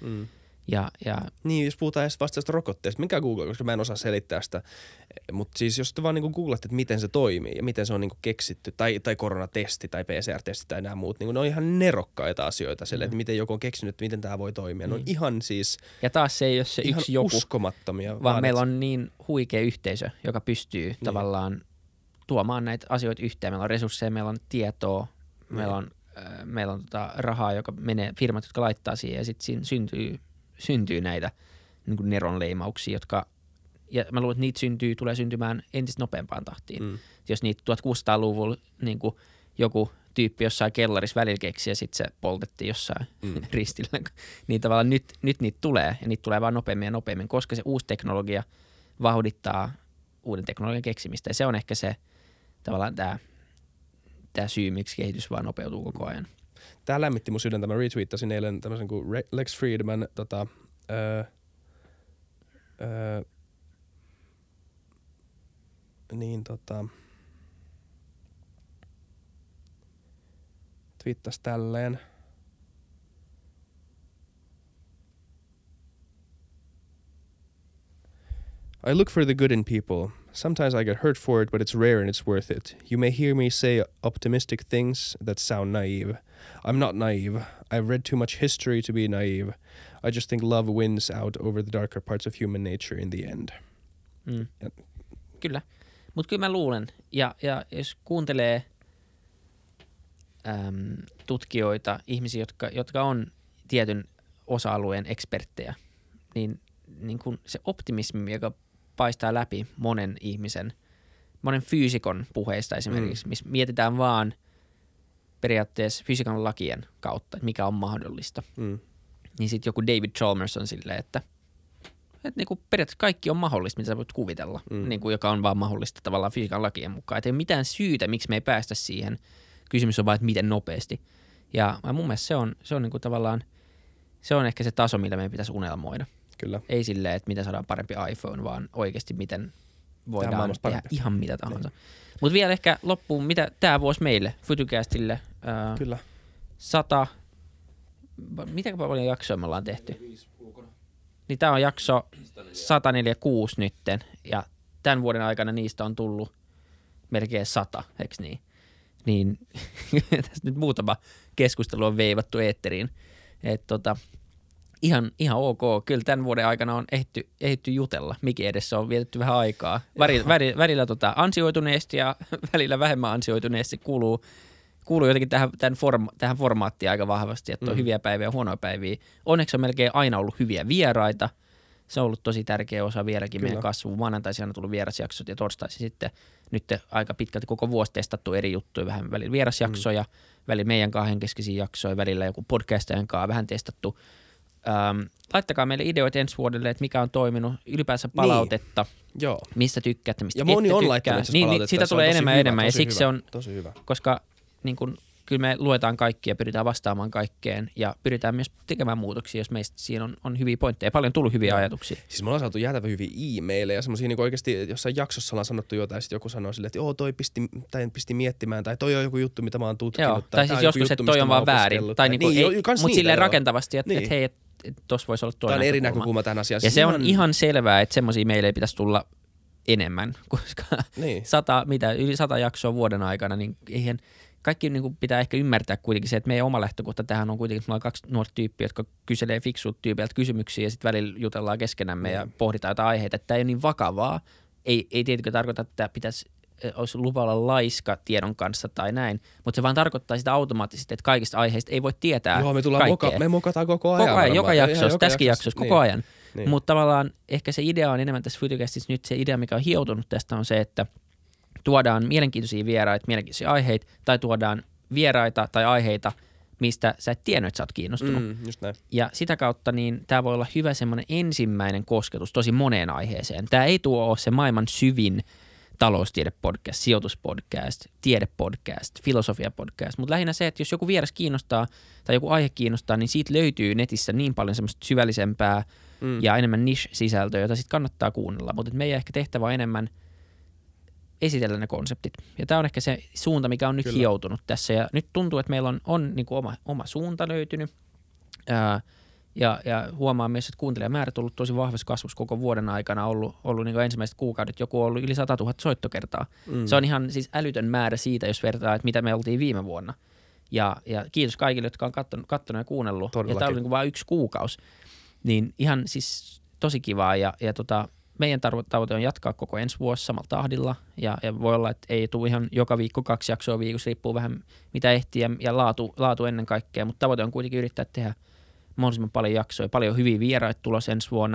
[SPEAKER 2] Niin, jos puhutaan edes vasta tästä rokotteesta, minkä Google, koska mä en osaa selittää sitä, mutta siis jos te vaan niin googlatte, että miten se toimii ja miten se on niin keksitty, tai koronatesti tai PCR-testi tai nämä muut, niin ne on ihan nerokkaita asioita sille, että miten joku on keksinyt, että miten tämä voi toimia. Ne on ihan siis
[SPEAKER 1] ja taas se ei ole se yksi joku,
[SPEAKER 2] uskomattomia.
[SPEAKER 1] vaan meillä on niin huikea yhteisö, joka pystyy tavallaan tuomaan näitä asioita yhteen. Meillä on resursseja, meillä on tietoa, meillä on rahaa, joka menee, firmat, jotka laittaa siihen ja sitten siinä syntyy näitä niin kuin neronleimauksia, ja mä luulen, että niitä tulee syntymään entistä nopeampaan tahtiin. Jos niitä 1600-luvulla niin kuin joku tyyppi jossain kellarissa välillä keksi ja sitten se poltettiin jossain ristillä, niin tavallaan nyt niitä tulee, ja niitä tulee vaan nopeammin ja nopeammin, koska se uusi teknologia vauhdittaa uuden teknologian keksimistä, ja se on ehkä se tavallaan tämä syy, miksi kehitys vaan nopeutuu koko ajan.
[SPEAKER 2] Tämä lämmitti mun sydäntä. Mä retweettasin eilen tämmöisen kuin Lex Friedman twiittasi tälleen. I look for the good in people. Sometimes I get hurt for it, but it's rare and it's worth it. You may hear me say optimistic things that sound naive. I'm not naive. I've read too much history to be naive. I just think love wins out over the darker parts of human nature in the end.
[SPEAKER 1] Kyllä. Mutta kyllä mä luulen, ja jos kuuntelee tutkijoita, ihmisiä, jotka on tietyn osa-alueen eksperttejä, niin kun se optimismi, joka paistaa läpi monen ihmisen, monen fyysikon puheista esimerkiksi, missä mietitään vaan periaatteessa fysiikan lakien kautta, että mikä on mahdollista. Niin sitten joku David Chalmers on silleen, että niinku periaatteessa kaikki on mahdollista, mitä sä voit kuvitella, niinku, joka on vaan mahdollista tavallaan fysiikan lakien mukaan. Että ei ole mitään syytä, miksi me ei päästä siihen. Kysymys on vaan, että miten nopeasti. Ja mun mielestä se on niinku tavallaan, se on ehkä se taso, millä meidän pitäisi unelmoida.
[SPEAKER 2] Kyllä.
[SPEAKER 1] Ei silleen, että miten saadaan parempi iPhone, vaan oikeasti miten voidaan tehdä ihan mitä tahansa. Mutta vielä ehkä loppuun, mitä tämä vuosi meille, Futucastille,
[SPEAKER 2] Kyllä.
[SPEAKER 1] 100, mitä paljon jaksoja me ollaan tehty? Niin tämä on jakso 146 nytten, ja tämän vuoden aikana niistä on tullut melkein 100, eikö niin? Niin tässä nyt muutama keskustelu on veivattu eetteriin, että ihan ok. Kyllä tämän vuoden aikana on ehditty jutella. Mikin edessä on vietetty vähän aikaa. Välillä ansioituneesti ja välillä vähemmän ansioituneesti kuuluu jotenkin tähän formaattiin aika vahvasti, että on hyviä päiviä ja huonoja päiviä. Onneksi on melkein aina ollut hyviä vieraita. Se on ollut tosi tärkeä osa vieläkin meidän kasvuun. Maanantaisin on tullut vierasjaksot ja torstaisin sitten nyt aika pitkälti koko vuosi testattu eri juttuja. Vähän välillä vierasjaksoja, välillä meidän kahdenkeskisiä jaksoja, välillä joku podcastajan kanssa vähän testattu. Laittakaa meille ideoita ensi vuodelle, että mikä on toiminut, ylipäänsä palautetta, mistä tykkäätte, mistä
[SPEAKER 2] ja moni
[SPEAKER 1] ette
[SPEAKER 2] on
[SPEAKER 1] tykkää.
[SPEAKER 2] laittanut palautetta.
[SPEAKER 1] Sitä tulee enemmän ja siksi se on,
[SPEAKER 2] tosi hyvä.
[SPEAKER 1] Koska niin kun, kyllä me luetaan kaikkia ja pyritään vastaamaan kaikkeen ja pyritään myös tekemään muutoksia, jos meistä siinä on hyviä pointteja. Paljon tullut hyviä ajatuksia.
[SPEAKER 2] Siis me ollaan saatu jäätävän hyviä e-maileja, semmosia niin oikeasti jossain jaksossa ollaan sanottu jotain, ja sitten joku sanoo silleen, että joo, toi pisti miettimään, tai toi on joku juttu, mitä mä oon tutkinut.
[SPEAKER 1] Joo, tai siis joskus, että toi on vaan väärin. Tai mutta silleen rakentavasti, että hei, tuossa voisi olla toinen
[SPEAKER 2] näkökulma. Tämä on eri näkökulma tähän asiaan.
[SPEAKER 1] Ja se on ihan selvää, että semmoisia meille ei pitäisi tulla enemmän, koska yli 100 jaksoa vuoden aikana, niin eihän kaikki niin kuin pitää ehkä ymmärtää kuitenkin se, että meidän oma lähtökohta tähän on kuitenkin, että meillä on 2 nuorta tyyppiä, jotka kyselee fiksuut tyypeiltä kysymyksiä ja sitten välillä jutellaan keskenämme ja pohditaan jotain aiheita. Että tämä ei ole niin vakavaa. Ei tietenkään tarkoita, että pitäisi olisi lupa olla laiska tiedon kanssa tai näin, mutta se vaan tarkoittaa sitä automaattisesti, että kaikista aiheista ei voi tietää
[SPEAKER 2] Joo, me tullaan me mokataan koko ajan.
[SPEAKER 1] Koko ajan, joka jaksossa, tässäkin jaksossa, koko ajan. Niin. Mutta tavallaan ehkä se idea on enemmän tässä Futucastissa nyt se idea, mikä on hioutunut tästä on se, että tuodaan mielenkiintoisia vieraita, mielenkiintoisia aiheita, tai tuodaan vieraita tai aiheita, mistä sä et tiennyt, että sä oot kiinnostunut.
[SPEAKER 2] Just näin.
[SPEAKER 1] Ja sitä kautta niin tää voi olla hyvä semmoinen ensimmäinen kosketus tosi moneen aiheeseen. Tää ei ole se maailman syvin taloustiedepodcast, sijoituspodcast, tiedepodcast, filosofiapodcast, mutta lähinnä se, että jos joku vieras kiinnostaa tai joku aihe kiinnostaa, niin siitä löytyy netissä niin paljon semmoista syvällisempää ja enemmän niche-sisältöä, jota sitten kannattaa kuunnella, mutta meidän ehkä tehtävä on enemmän esitellä ne konseptit. Ja tämä on ehkä se suunta, mikä on nyt hioutunut tässä. Ja nyt tuntuu, että meillä on niin kuin oma suunta löytynyt. Ja huomaa myös, että kuuntelijamäärät on ollut tosi vahvassa kasvussa koko vuoden aikana. Ollut niin kuin ensimmäiset kuukaudet joku on ollut yli 100 000 soittokertaa. Se on ihan siis älytön määrä siitä, jos vertaa, että mitä me oltiin viime vuonna. Ja kiitos kaikille, jotka on kattonut ja kuunnellut. Todellakin. Ja tämä oli niin kuin vain 1 kuukausi. Niin ihan siis tosi kivaa ja meidän tavoite on jatkaa koko ensi vuosi samalla tahdilla ja voi olla, että ei tule ihan joka viikko 2 jaksoa viikossa, riippuu vähän mitä ehtii ja laatu ennen kaikkea, mutta tavoite on kuitenkin yrittää tehdä mahdollisimman paljon jaksoja, paljon hyviä vieraita tulossa ensi vuonna,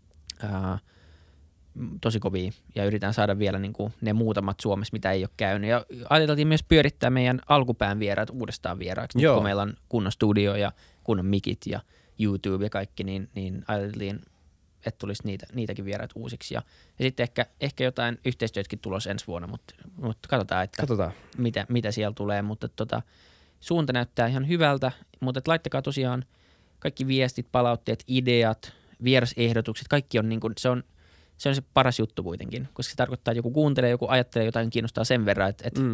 [SPEAKER 1] tosi kovia ja yritetään saada vielä niin kuin ne muutamat Suomessa, mitä ei ole käynyt ja ajateltiin myös pyörittää meidän alkupään vieraat uudestaan vieraiksi, nyt kun meillä on kunnon studio ja kunnon mikit ja YouTube ja kaikki, niin ajateltiin, että tulisi niitäkin vieraita uusiksi. Ja sitten ehkä jotain yhteistyötkin tulossa ensi vuonna, mutta katsotaan, että mitä siellä tulee. Mutta suunta näyttää ihan hyvältä, mutta laittakaa tosiaan kaikki viestit, palautteet, ideat, vierasehdotukset, kaikki on, niin kuin, se on se paras juttu kuitenkin, koska se tarkoittaa, että joku kuuntelee, joku ajattelee jotain kiinnostaa sen verran, että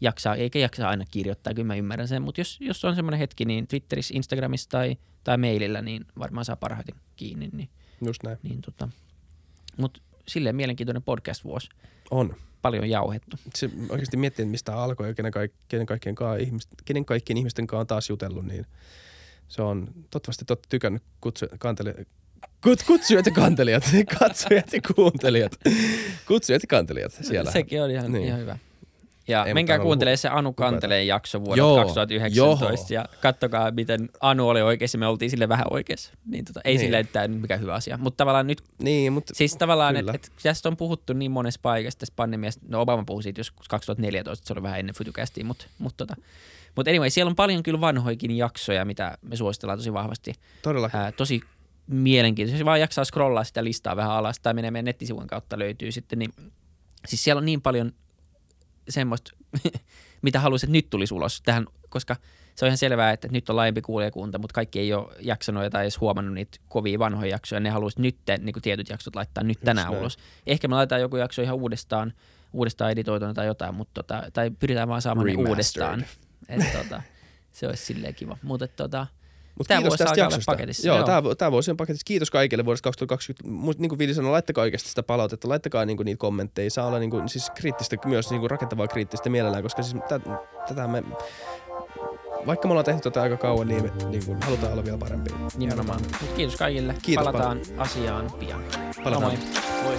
[SPEAKER 1] jaksaa, eikä jaksaa aina kirjoittaa, kyllä mä ymmärrän sen, mutta jos on semmoinen hetki, niin Twitterissä, Instagramissa tai mailillä, niin varmaan saa parhaiten kiinni. Niin,
[SPEAKER 2] just näin.
[SPEAKER 1] Niin, mutta silleen mielenkiintoinen podcast-vuosi.
[SPEAKER 2] On.
[SPEAKER 1] Paljon jauhettu.
[SPEAKER 2] Se oikeasti miettii, mistä alkoi ja kenen kaikkien ihmisten kanssa on taas jutellut, niin se on toivottavasti tykännyt kutsujat ja kantelijat, katsojat ja kuuntelijat, kutsujat ja kantelijat siellä.
[SPEAKER 1] Sekin on ihan hyvä. Ja menkää kuuntelemaan se Anu Kanteleen jakso vuodelta 2019 ja kattokaa, miten Anu oli oikeassa. Me oltiin sille vähän oikeassa. Niin ei silleen, että tämä nyt mikään hyvä asia. Mutta tavallaan nyt, siis tavallaan, että tästä on puhuttu niin monessa paikassa tässä pandemiasta. No Obama puhui siitä joskus 2014, se oli vähän ennen Futucastia, mutta anyway, siellä on paljon kyllä vanhoikin jaksoja, mitä me suositellaan tosi vahvasti.
[SPEAKER 2] Todellakin.
[SPEAKER 1] Tosi mielenkiintoista. Jos vaan jaksaa scrollaa sitä listaa vähän alas tai menee meidän nettisivujen kautta löytyy sitten, niin siis siellä on niin paljon semmoista, mitä haluaisit, että nyt tulisi ulos tähän, koska se on ihan selvää, että nyt on laajempi kuulijakunta, mutta kaikki ei ole jaksanut tai edes huomannut niitä kovia vanhoja jaksoja. Ne haluaisi nyt niin kuin tietyt jaksot laittaa nyt tänään ulos. Ehkä me laitetaan joku jakso ihan uudestaan editoituna tai jotain, mutta tai pyritään vaan saamaan ne uudestaan. Se olisi silleen kiva. Mutta tämä voisi alkaa olla paketissa.
[SPEAKER 2] Joo, tämä voisi olla paketissa. Kiitos kaikille vuodesta 2020. Niin kuin Vili sanoi, laittakaa oikeasti sitä palautetta, laittakaa niinku niitä kommentteja. Saa olla niinku, siis kriittistä, myös niinku rakentavaa kriittistä mielellään, koska siis tätä me, vaikka me ollaan tehty tätä aika kauan, niin me niin halutaan olla vielä parempia.
[SPEAKER 1] Nimenomaan. Mut kiitos kaikille.
[SPEAKER 2] Kiitos
[SPEAKER 1] Palataan asiaan pian.
[SPEAKER 2] Palataan.
[SPEAKER 1] Moi.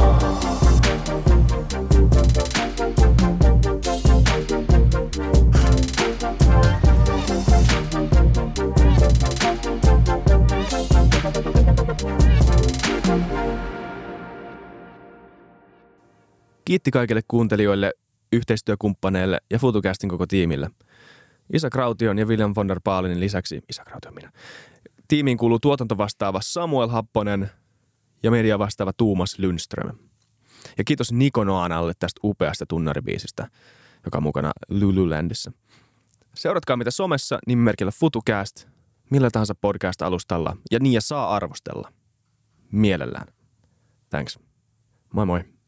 [SPEAKER 3] Kiitti kaikille kuuntelijoille, yhteistyökumppaneille ja Futucastin koko tiimille. Isa Kraution ja William von der Baalinin lisäksi, Isa Kraution minä, tiimiin kuuluu tuotantovastaava Samuel Happonen ja media vastaava Tuomas Lundström. Ja kiitos Niko Noanalle tästä upeasta tunnaribiisistä, joka on mukana Lululandissa. Seuratkaa mitä somessa nimimerkillä Futucast, millä tahansa podcast-alustalla ja saa arvostella. Mielellään. Thanks. Moi moi.